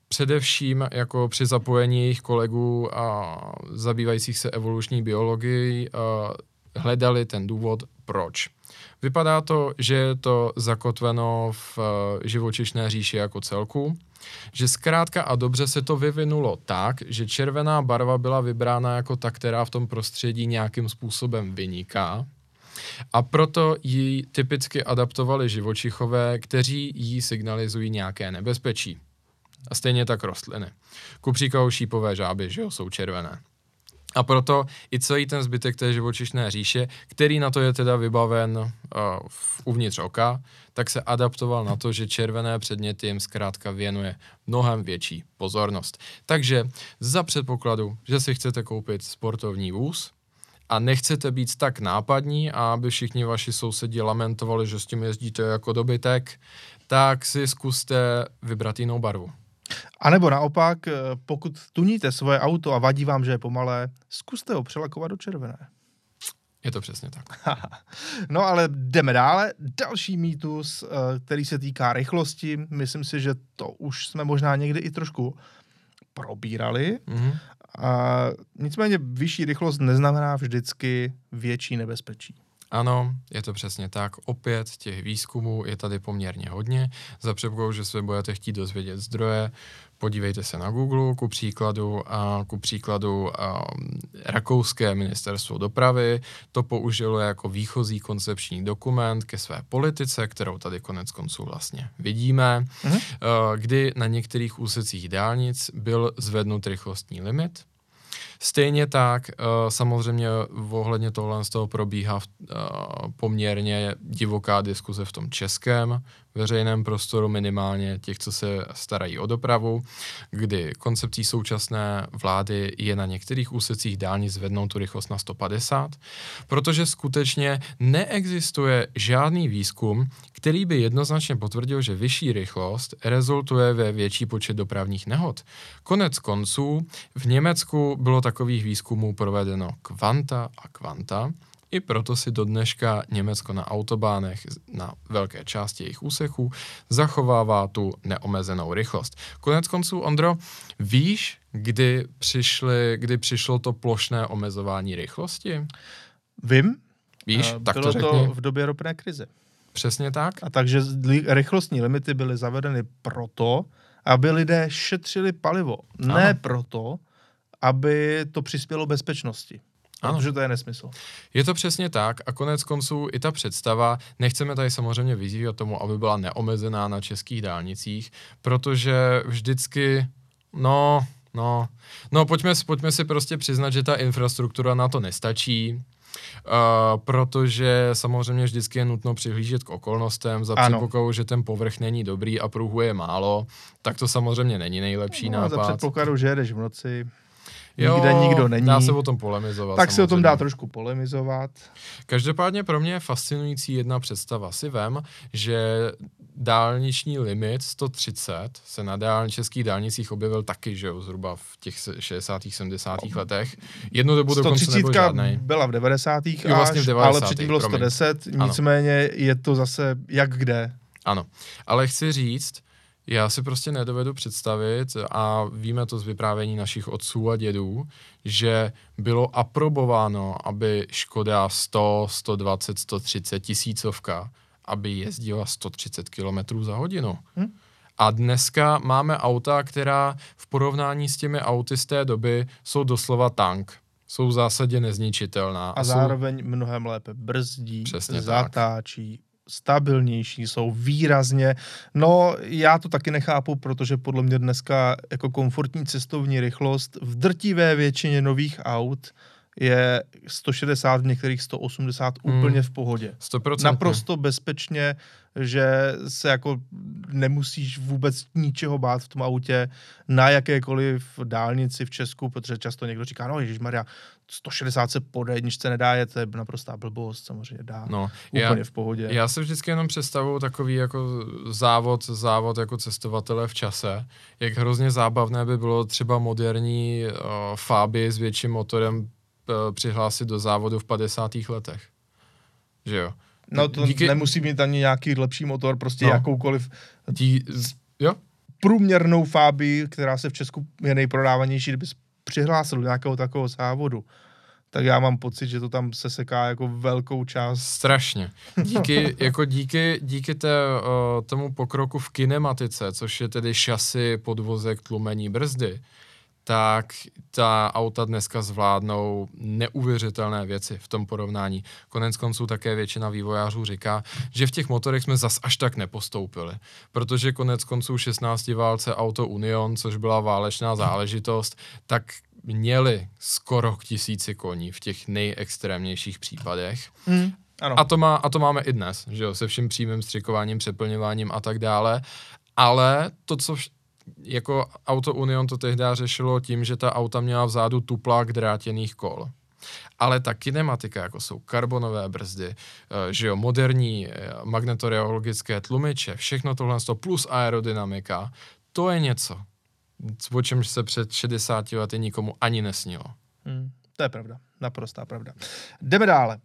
především jako při zapojení jejich kolegů a zabývajících se evoluční biologií hledali ten důvod, proč. Vypadá to, že je to zakotveno v živočišné říši jako celku, že zkrátka a dobře se to vyvinulo tak, že červená barva byla vybrána jako ta, která v tom prostředí nějakým způsobem vyniká, a proto ji typicky adaptovali živočichové, kteří jí signalizují nějaké nebezpečí. A stejně tak rostliny. Ku příkladu šípové žáby, že jo, jsou červené. A proto i celý ten zbytek té živočišné říše, který na to je teda vybaven uvnitř oka, tak se adaptoval na to, že červené předměty jim zkrátka věnuje mnohem větší pozornost. Takže za předpokladu, že si chcete koupit sportovní vůz a nechcete být tak nápadní, a aby všichni vaši sousedi lamentovali, že s tím jezdíte jako dobytek, tak si zkuste vybrat jinou barvu. A nebo naopak, pokud tuníte svoje auto a vadí vám, že je pomalé, zkuste ho přelakovat do červené. Je to přesně tak. No ale jdeme dále. Další mýtus, který se týká rychlosti. Myslím si, že to už jsme možná někdy i trošku probírali. Mm-hmm. Nicméně vyšší rychlost neznamená vždycky větší nebezpečí. Ano, je to přesně tak. Opět těch výzkumů je tady poměrně hodně. Za předpokladu, že se budete chtít dozvědět zdroje, podívejte se na Google, ku příkladu rakouské ministerstvo dopravy to použilo jako výchozí koncepční dokument ke své politice, kterou tady konec konců vlastně vidíme, kdy na některých úsecích dálnic byl zvednut rychlostní limit. Stejně tak samozřejmě ohledně tohle z toho probíhá poměrně divoká diskuze v tom českém veřejném prostoru, minimálně těch, co se starají o dopravu, kdy koncepcí současné vlády je na některých úsecích dálnic zvednout tu rychlost na 150, protože skutečně neexistuje žádný výzkum, který by jednoznačně potvrdil, že vyšší rychlost rezultuje ve větší počet dopravních nehod. Konec konců v Německu bylo takových výzkumů provedeno kvanta a kvanta, i proto si do dneška Německo na autobánech na velké části jejich úseků zachovává tu neomezenou rychlost. Konec konců, Ondro, víš, kdy přišlo to plošné omezování rychlosti? Vím. Víš, tak bylo to řekni. To v době ropné krize. Přesně tak. A takže rychlostní limity byly zavedeny proto, aby lidé šetřili palivo. Ano. Ne proto, aby to přispělo bezpečnosti. Protože to je nesmysl. Je to přesně tak a konec konců i ta představa, nechceme tady samozřejmě vyzývat tomu, aby byla neomezená na českých dálnicích, protože vždycky, pojďme si prostě přiznat, že ta infrastruktura na to nestačí, protože samozřejmě vždycky je nutno přihlížet k okolnostem, za předpokladu, že ten povrch není dobrý a pruhů je málo, tak to samozřejmě není nejlepší nápad. Za předpokladu, že jedeš v noci. Nikde nikdo není. Dá se o tom polemizovat. Tak se o tom dá trošku polemizovat. Každopádně pro mě je fascinující jedna představa. Si vem, že dálniční limit 130 se na českých dálnicích objevil taky, že jo, zhruba v těch 60. 70. letech. Jednu dobu dokonce nebyl žádnej. Byla v 90. Vlastně v 90. ale předtím bylo 110, nicméně je to zase jak kde. Ano, ale chci říct, já si prostě nedovedu představit, a víme to z vyprávění našich otců a dědů, že bylo aprobováno, aby Škoda 100, 120, 130 tisícovka, aby jezdila 130 km za hodinu. A dneska máme auta, která v porovnání s těmi auty z té doby jsou doslova tank. Jsou v zásadě nezničitelná. A zároveň mnohem lépe brzdí, přesně zatáčí, stabilnější, jsou výrazně. No, já to taky nechápu, protože podle mě dneska jako komfortní cestovní rychlost v drtivé většině nových aut je 160, v některých 180 úplně v pohodě. 100%. Naprosto bezpečně, že se jako nemusíš vůbec ničeho bát v tom autě na jakékoliv dálnici v Česku, protože často někdo říká, no ježišmarja, 160 se po D1 nedá jet, to je naprostá blbost, samozřejmě dá. Úplně v pohodě. Já se vždycky jenom představuju takový jako závod jako cestovatele v čase, jak hrozně zábavné by bylo třeba moderní Fabii s větším motorem přihlásit do závodu v 50. letech. Že jo? No to nemusí mít ani nějaký lepší motor, prostě jakoukoliv. Jo? průměrnou Fabii, která se v Česku je nejprodávanější, kdyby přihlásil do nějakého takového závodu, tak já mám pocit, že to tam se seká jako velkou část. Strašně. Díky tomu pokroku v kinematice, což je tedy šasy, podvozek, tlumení, brzdy, tak ta auta dneska zvládnou neuvěřitelné věci v tom porovnání. Konec konců také většina vývojářů říká, že v těch motorech jsme zas až tak nepostoupili, protože konec konců 16 válce auto Union, což byla válečná záležitost, tak měli skoro k 1000 koní v těch nejextrémnějších případech. Ano. A to máme i dnes, že jo, se vším přímým střikováním, přeplňováním a tak dále. Ale to, co jako auto Union to tehdy řešilo tím, že ta auta měla vzadu tuplák drátěných kol. Ale ta kinematika, jako jsou karbonové brzdy, že jo, moderní magnetoreologické tlumiče, všechno tohle plus aerodynamika, to je něco, o čemž se před 60 lety nikomu ani nesnilo. To je pravda, naprostá pravda. Jdeme dále.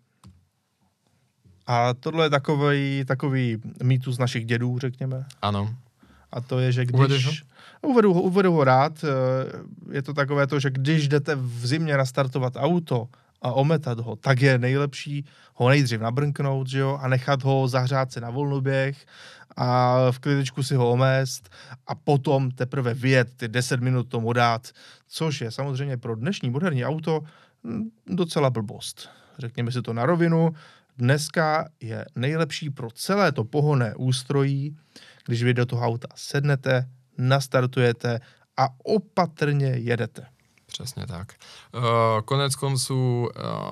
A tohle je takový mýtus našich dědů, řekněme. Ano. A to je, že když... Uvedu ho rád. Je to takové to, že když jdete v zimě nastartovat auto a ometat ho, tak je nejlepší ho nejdřív nabrnknout, že jo, a nechat ho zahřát se na volnoběh a v klidečku si ho omést a potom teprve vyjet ty 10 minut tomu dát, což je samozřejmě pro dnešní moderní auto docela blbost. Řekněme si to na rovinu. Dneska je nejlepší pro celé to pohonné ústrojí, když vy do toho auta sednete, nastartujete a opatrně jedete. Přesně tak. Konec konců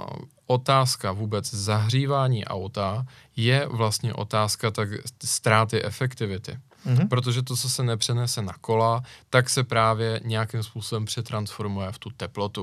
otázka vůbec zahřívání auta je vlastně otázka tak ztráty efektivity. Protože to, co se nepřenese na kola, tak se právě nějakým způsobem přetransformuje v tu teplotu.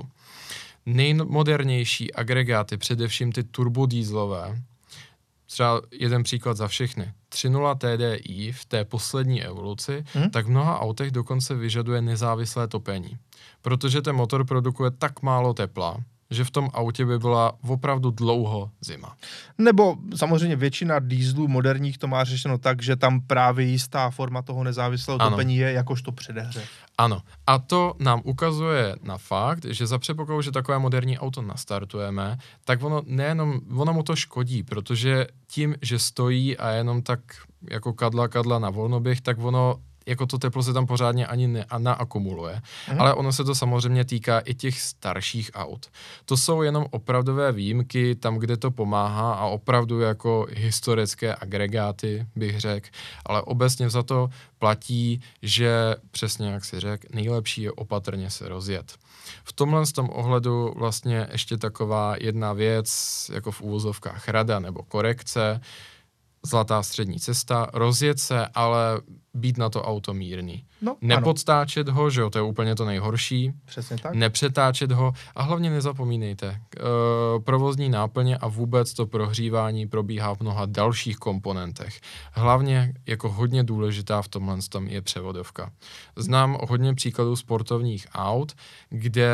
Nejmodernější agregáty, především ty turbodýzlové, třeba jeden příklad za všechny, 3.0 TDI v té poslední evoluci, tak v mnoha autech dokonce vyžaduje nezávislé topení. Protože ten motor produkuje tak málo tepla, že v tom autě by byla opravdu dlouho zima. Nebo samozřejmě většina dieselů moderních to má řešeno tak, že tam právě jistá forma toho nezávislého topení je jakožto předehřev. Ano. A to nám ukazuje na fakt, že za předpokladu, že takové moderní auto nastartujeme, tak ono mu to škodí, protože tím, že stojí a jenom tak jako kadla na volnoběh, tak ono jako to teplo se tam pořádně ani naakumuluje. Ale ono se to samozřejmě týká i těch starších aut. To jsou jenom opravdové výjimky, tam, kde to pomáhá a opravdu jako historické agregáty, bych řekl. Ale obecně za to platí, že přesně jak si řekl, nejlepší je opatrně se rozjet. V tomhle z tom ohledu vlastně ještě taková jedna věc, jako v úvozovkách rada nebo korekce, zlatá střední cesta, rozjet se, ale být na to auto mírný. Nepodstáčet ho, že jo, to je úplně to nejhorší. Přesně tak. Nepřetáčet ho a hlavně nezapomínejte, provozní náplně a vůbec to prohřívání probíhá v mnoha dalších komponentech. Hlavně jako hodně důležitá v tomhle tom je převodovka. Znám hodně příkladů sportovních aut, kde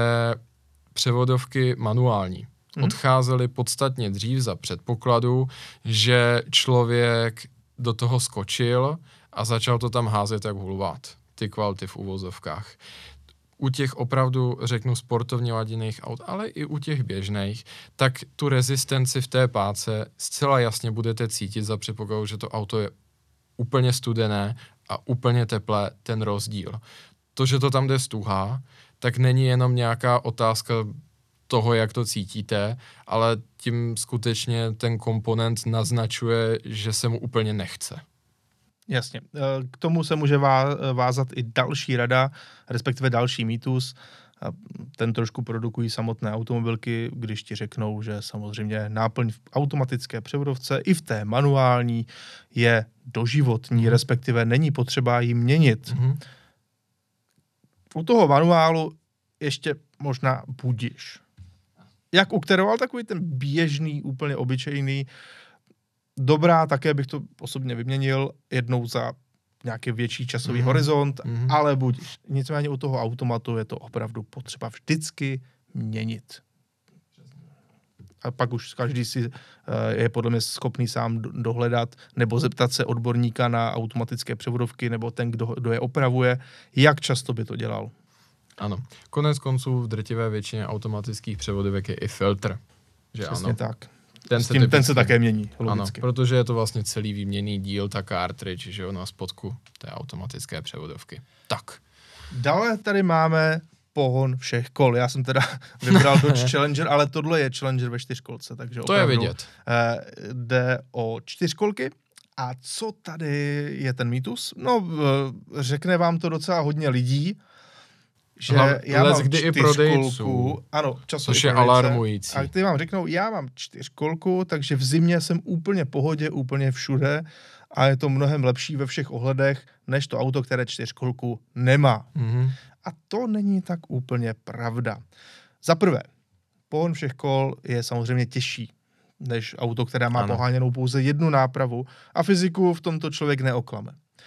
převodovky manuální odcházely podstatně dřív za předpokladu, že člověk do toho skočil a začal to tam házet jak hulvát. Ty kvality v uvozovkách. U těch opravdu, řeknu, sportovně laděných aut, ale i u těch běžných, tak tu rezistenci v té páce zcela jasně budete cítit za předpokladu, že to auto je úplně studené a úplně teplé, ten rozdíl. To, že to tam jde stuhá, tak není jenom nějaká otázka toho, jak to cítíte, ale tím skutečně ten komponent naznačuje, že se mu úplně nechce. Jasně. K tomu se může vázat i další rada, respektive další mýtus. Ten trošku produkují samotné automobilky, když ti řeknou, že samozřejmě náplň v automatické převodovce i v té manuální je doživotní, respektive není potřeba ji měnit. U toho manuálu ještě možná budíš. Jak u kterého, ale takový ten běžný, úplně obyčejný, dobrá, také bych to osobně vyměnil jednou za nějaký větší časový horizont, ale budíš. Nicméně u toho automatu je to opravdu potřeba vždycky měnit. a pak už každý si je podle mě schopný sám dohledat nebo zeptat se odborníka na automatické převodovky nebo ten, kdo je opravuje, jak často by to dělal. Ano. Konec konců v drtivé většině automatických převodovek je i filtr. Že přesně ano. tak. Ten se také mění, logicky. Ano, protože je to vlastně celý výměnný díl, ta cartridge, že jo, na spodku té automatické převodovky. Tak. Dále tady máme pohon všech kol. Já jsem teda vybral Dodge Challenger, ale tohle je Challenger ve 4kolce, takže to je vidět. Jde o 4kolky. A co tady je ten mýtus? No, řekne vám to docela hodně lidí, že já mám kdy i prodejců, ano, což je alarmující. A ty vám řeknou, já mám 4kolku, takže v zimě jsem úplně v pohodě, úplně všude a je to mnohem lepší ve všech ohledech, než to auto, které 4kolku nemá. Mm-hmm. A to není tak úplně pravda. Za prvé, pohon všech kol je samozřejmě těžší než auto, které má poháněnou pouze jednu nápravu a fyziku v tomto člověk neoklame.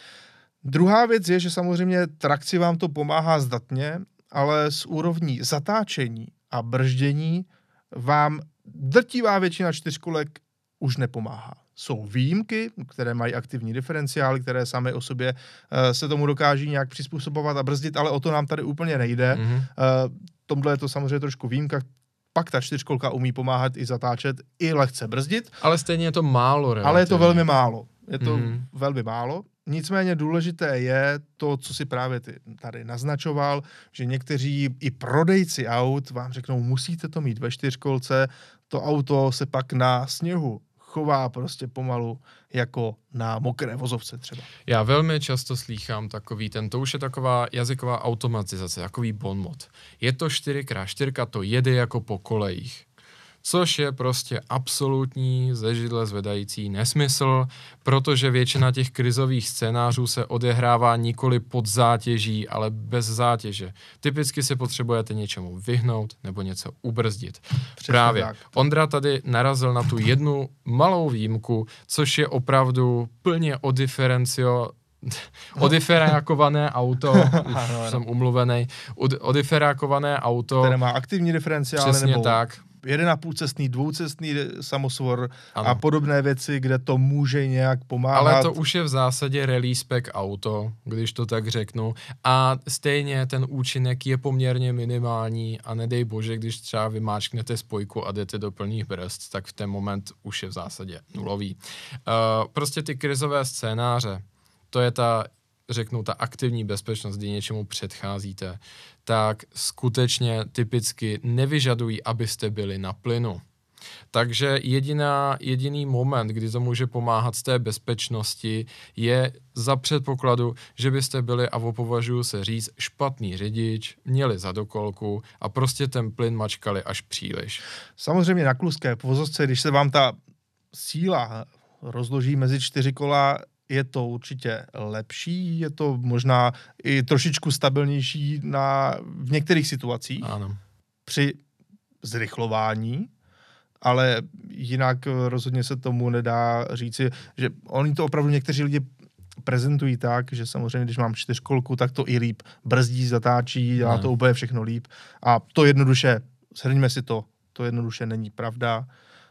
Druhá věc je, že samozřejmě trakci vám to pomáhá zdatně, ale s úrovní zatáčení a brždění vám drtivá většina 4kolek už nepomáhá. Jsou výjimky, které mají aktivní diferenciály, které samy o sobě se tomu dokáží nějak přizpůsobovat a brzdit, ale o to nám tady úplně nejde. Mm-hmm. Tomhle je to samozřejmě trošku výjimka. Pak ta 4kolka umí pomáhat i zatáčet, i lehce brzdit. Ale stejně je to málo relativně. Ale je to velmi málo. Je to velmi málo. Nicméně důležité je to, co si právě ty tady naznačoval, že někteří i prodejci aut vám řeknou, musíte to mít ve 4kolce, to auto se pak na sněhu chová prostě pomalu jako na mokré vozovce třeba. Já velmi často slýchám to už je taková jazyková automatizace, takový bonmot. Je to 4x4, to jede jako po kolejích. Což je prostě absolutní ze židle zvedající nesmysl, protože většina těch krizových scénářů se odehrává nikoli pod zátěží, ale bez zátěže. Typicky se potřebujete něčemu vyhnout nebo něco ubrzdit. Přesně právě. Tak. Ondra tady narazil na tu jednu malou výjimku, což je opravdu plně odiferákované auto, už jsem umluvený, odiferákované auto, které má aktivní diferenciály nebo tak. 1,5cestný, dvoucestný samosvor a podobné věci, kde to může nějak pomáhat. Ale to už je v zásadě release pack auto, když to tak řeknu. A stejně ten účinek je poměrně minimální a nedej bože, když třeba vymáčknete spojku a jdete do plných brzd, tak v ten moment už je v zásadě nulový. Prostě ty krizové scénáře, to je ta aktivní bezpečnost, kdy něčemu předcházíte, tak skutečně typicky nevyžadují, abyste byli na plynu. Takže jediný moment, kdy to může pomáhat z té bezpečnosti, je za předpokladu, že byste byli, a považuji se říct, špatný řidič, měli zadokolku a prostě ten plyn mačkali až příliš. Samozřejmě na kluské vozovce, když se vám ta síla rozloží mezi 4 kola, je to určitě lepší, je to možná i trošičku stabilnější v některých situacích. Ano. Při zrychlování, ale jinak rozhodně se tomu nedá říci, že oni to opravdu někteří lidi prezentují tak, že samozřejmě, když mám 4kolku, tak to i líp brzdí, zatáčí, dělá to úplně všechno líp. A to jednoduše, shrňme si to jednoduše není pravda.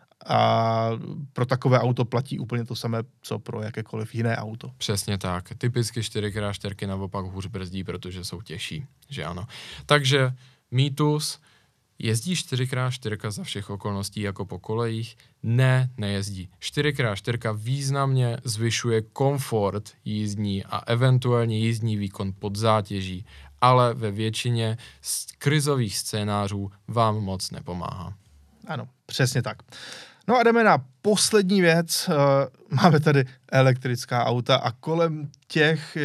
A pro takové auto platí úplně to samé, co pro jakékoliv jiné auto. Přesně tak. Typicky 4x4 naopak hůř brzdí, protože jsou těžší, že ano. Takže mýtus, jezdí 4x4 za všech okolností jako po kolejích? Ne, nejezdí. 4x4 významně zvyšuje komfort jízdní a eventuálně jízdní výkon pod zátěží, ale ve většině krizových scénářů vám moc nepomáhá. Ano, přesně tak. No a jdeme na poslední věc. Máme tady elektrická auta a kolem těch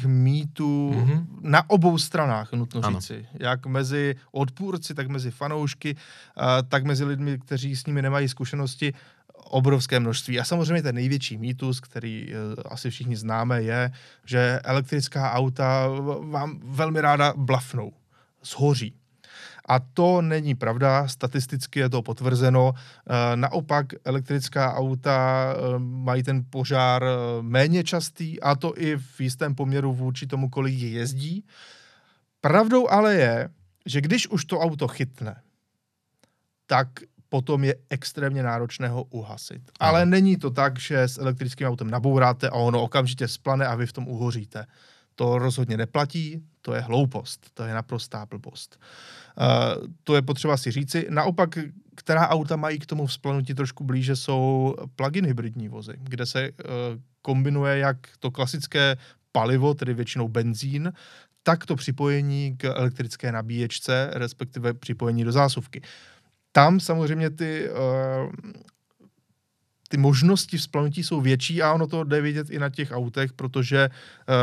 mýtů na obou stranách, nutno říci. Jak mezi odpůrci, tak mezi fanoušky, tak mezi lidmi, kteří s nimi nemají zkušenosti, obrovské množství. A samozřejmě ten největší mýtus, který asi všichni známe, je, že elektrická auta vám velmi ráda blafnou, shoří. A to není pravda, statisticky je to potvrzeno. Naopak elektrická auta mají ten požár méně častý, a to i v jistém poměru vůči tomu, kolik je jezdí. Pravdou ale je, že když už to auto chytne, tak potom je extrémně náročné ho uhasit. Ale není to tak, že s elektrickým autem nabouráte a ono okamžitě splane a vy v tom uhoříte. To rozhodně neplatí, to je hloupost, to je naprostá blbost. To je potřeba si říci. Naopak, která auta mají k tomu vzplanutí trošku blíže, jsou plug-in hybridní vozy, kde se kombinuje jak to klasické palivo, tedy většinou benzín, tak to připojení k elektrické nabíječce, respektive připojení do zásuvky. Tam samozřejmě ty možnosti vzplanutí jsou větší a ono to jde vidět i na těch autech, protože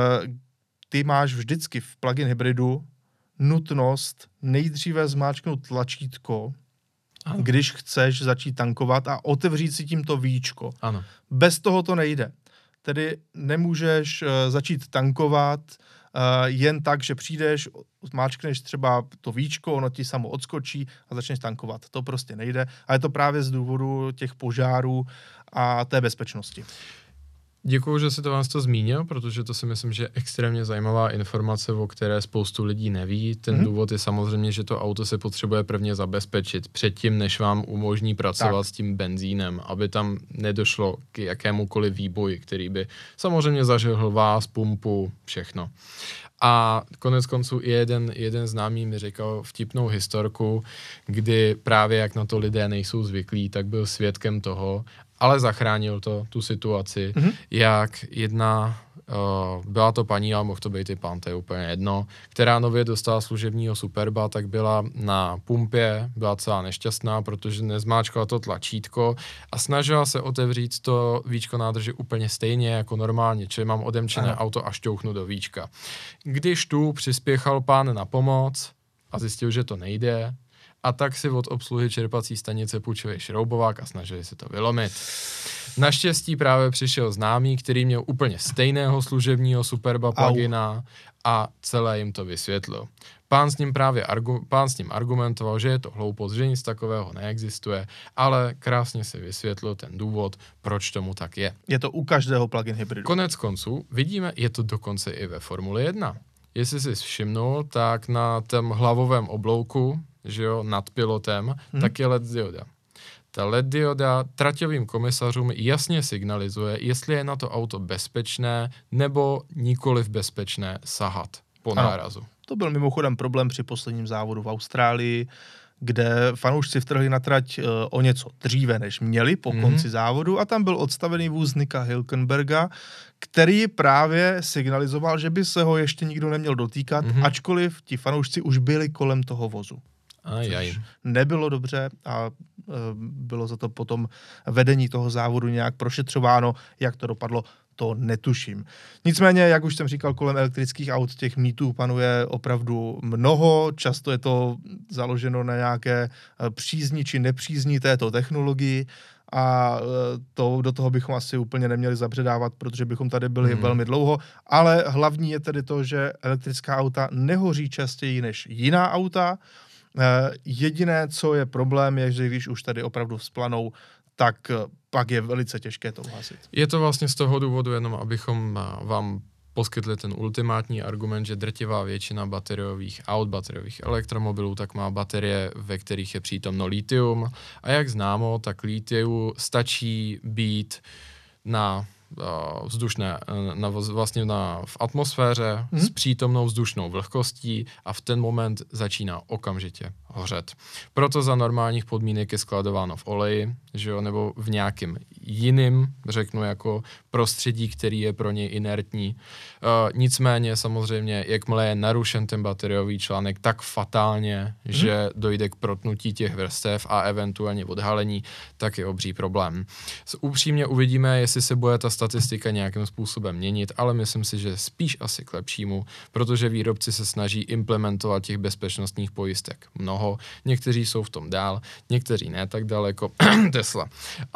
ty máš vždycky v plug-in hybridu nutnost nejdříve zmáčknout tlačítko, když chceš začít tankovat a otevřít si tím to víčko. Ano. Bez toho to nejde. Tedy nemůžeš začít tankovat jen tak, že přijdeš, zmáčkneš třeba to víčko, ono ti samo odskočí a začneš tankovat. To prostě nejde. A je to právě z důvodu těch požárů a té bezpečnosti. Děkuju, že jsi to vás to zmínil, protože to si myslím, že je extrémně zajímavá informace, o které spoustu lidí neví. Ten důvod je samozřejmě, že to auto se potřebuje prvně zabezpečit předtím, než vám umožní pracovat s tím benzínem, aby tam nedošlo k jakémukoliv výboji, který by samozřejmě zažehl vás, pumpu, všechno. A konec konců i jeden známý mi říkal vtipnou historku, kdy právě jak na to lidé nejsou zvyklí, tak byl svědkem toho, ale zachránil tu situaci, jak byla to paní, ale mohl to být i pán, to je úplně jedno, která nově dostala služebního Superba, tak byla na pumpě, byla celá nešťastná, protože nezmáčkala to tlačítko a snažila se otevřít to víčko nádrže úplně stejně jako normálně, čili mám odemčené auto a šťouchnu do víčka. Když tu přispěchal pán na pomoc a zjistil, že to nejde, a tak si od obsluhy čerpací stanice půjčili šroubovák a snažili se to vylomit. Naštěstí právě přišel známý, který měl úplně stejného služebního Superba plugina a celé jim to vysvětlil. Pán s ním argumentoval, že je to hloupost, že nic takového neexistuje, ale krásně si vysvětlil ten důvod, proč tomu tak je. Je to u každého plug-in hybridu. Konec konců vidíme, je to dokonce i ve Formuli 1. Jestli jsi všimnul, tak na tom hlavovém oblouku, že jo, nad pilotem, tak je LED dioda. Ta LED dioda traťovým komisařům jasně signalizuje, jestli je na to auto bezpečné nebo nikoliv bezpečné sahat po nárazu. To byl mimochodem problém při posledním závodu v Austrálii, kde fanoušci vtrhli na trať o něco dříve, než měli po konci závodu a tam byl odstavený vůz Nicka Hülkenberga, který právě signalizoval, že by se ho ještě nikdo neměl dotýkat, ačkoliv ti fanoušci už byli kolem toho vozu. Což nebylo dobře a bylo za to potom vedení toho závodu nějak prošetřováno, jak to dopadlo, to netuším. Nicméně, jak už jsem říkal, kolem elektrických aut těch mýtů panuje opravdu mnoho, často je to založeno na nějaké přízni či nepřízni této technologii a do toho bychom asi úplně neměli zabředávat, protože bychom tady byli velmi dlouho, ale hlavní je tedy to, že elektrická auta nehoří častěji než jiná auta. Jediné, co je problém, je, že když už tady opravdu vzplanou, tak pak je velice těžké to uhasit. Je to vlastně z toho důvodu jenom, abychom vám poskytli ten ultimátní argument, že drtivá většina bateriových aut, bateriových elektromobilů, tak má baterie, ve kterých je přítomno litium. A jak známo, tak litiu stačí být v atmosféře s přítomnou vzdušnou vlhkostí a v ten moment začíná okamžitě hořet. Proto za normálních podmínek je skladováno v oleji, že jo, nebo v nějakém jiným, řeknu jako prostředí, který je pro něj inertní. Nicméně samozřejmě, jakmile je narušen ten bateriový článek tak fatálně, že dojde k protnutí těch vrstev a eventuálně odhalení, tak je obří problém. Upřímně uvidíme, jestli se bude ta statistika nějakým způsobem měnit, ale myslím si, že spíš asi k lepšímu, protože výrobci se snaží implementovat těch bezpečnostních pojistek mnoho. Někteří jsou v tom dál, někteří ne tak daleko. Tesla.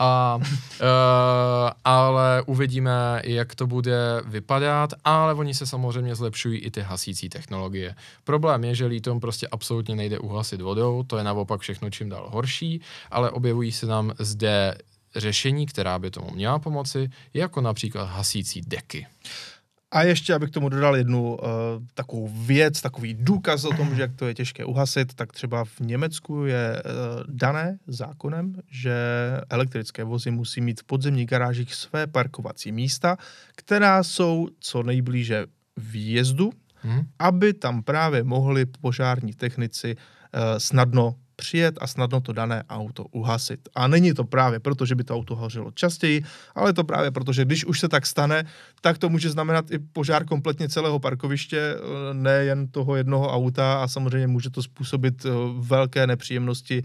Ale uvidíme, jak to bude vypadat, ale oni se samozřejmě zlepšují i ty hasící technologie. Problém je, že litium prostě absolutně nejde uhasit vodou, to je naopak všechno čím dál horší, ale objevují se nám zde řešení, která by tomu měla pomoci, jako například hasící deky. A ještě, abych k tomu dodal jednu takovou věc, takový důkaz o tom, že jak to je těžké uhasit, tak třeba v Německu je dané zákonem, že elektrické vozy musí mít v podzemních garážích své parkovací místa, která jsou co nejblíže výjezdu, aby tam právě mohli požární technici snadno přijet a snadno to dané auto uhasit. A není to právě proto, že by to auto hořelo častěji, ale to právě proto, že když už se tak stane, tak to může znamenat i požár kompletně celého parkoviště, nejen toho jednoho auta a samozřejmě může to způsobit velké nepříjemnosti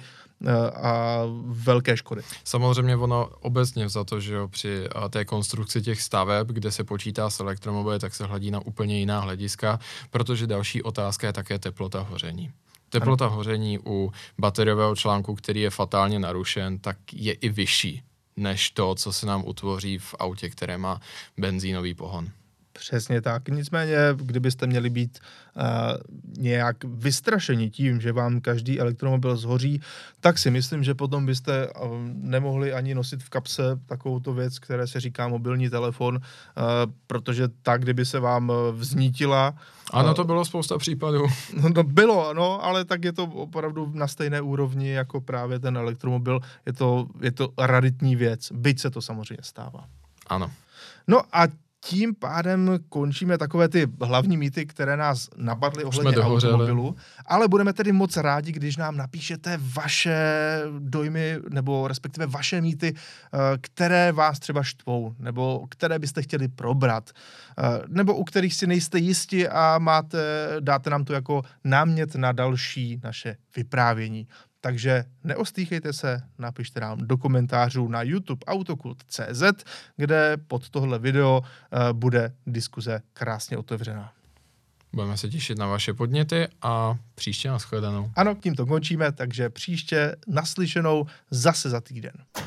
a velké škody. Samozřejmě ono obecně za to, že jo, při té konstrukci těch staveb, kde se počítá s elektromobily, tak se hledí na úplně jiná hlediska, protože další otázka je také teplota hoření. Teplota hoření u bateriového článku, který je fatálně narušen, tak je i vyšší než to, co se nám utvoří v autě, které má benzínový pohon. Přesně tak. Nicméně, kdybyste měli být nějak vystrašeni tím, že vám každý elektromobil zhoří, tak si myslím, že potom byste nemohli ani nosit v kapse takovouto věc, které se říká mobilní telefon, protože tak, kdyby se vám vznítila. Ano, to bylo spousta případů. No bylo, no, ale tak je to opravdu na stejné úrovni jako právě ten elektromobil. Je to raritní věc, byť se to samozřejmě stává. Ano. No a tím pádem končíme takové ty hlavní mýty, které nás napadly ohledně automobilu, ale budeme tedy moc rádi, když nám napíšete vaše dojmy, nebo respektive vaše mýty, které vás třeba štvou, nebo které byste chtěli probrat, nebo u kterých si nejste jisti a dáte nám to jako námět na další naše vyprávění. Takže neostýchejte se, napište nám do komentářů na YouTube autokult.cz, kde pod tohle video bude diskuze krásně otevřená. Budeme se těšit na vaše podněty a příště nashledanou. Ano, tímto končíme, takže příště naslyšenou zase za týden.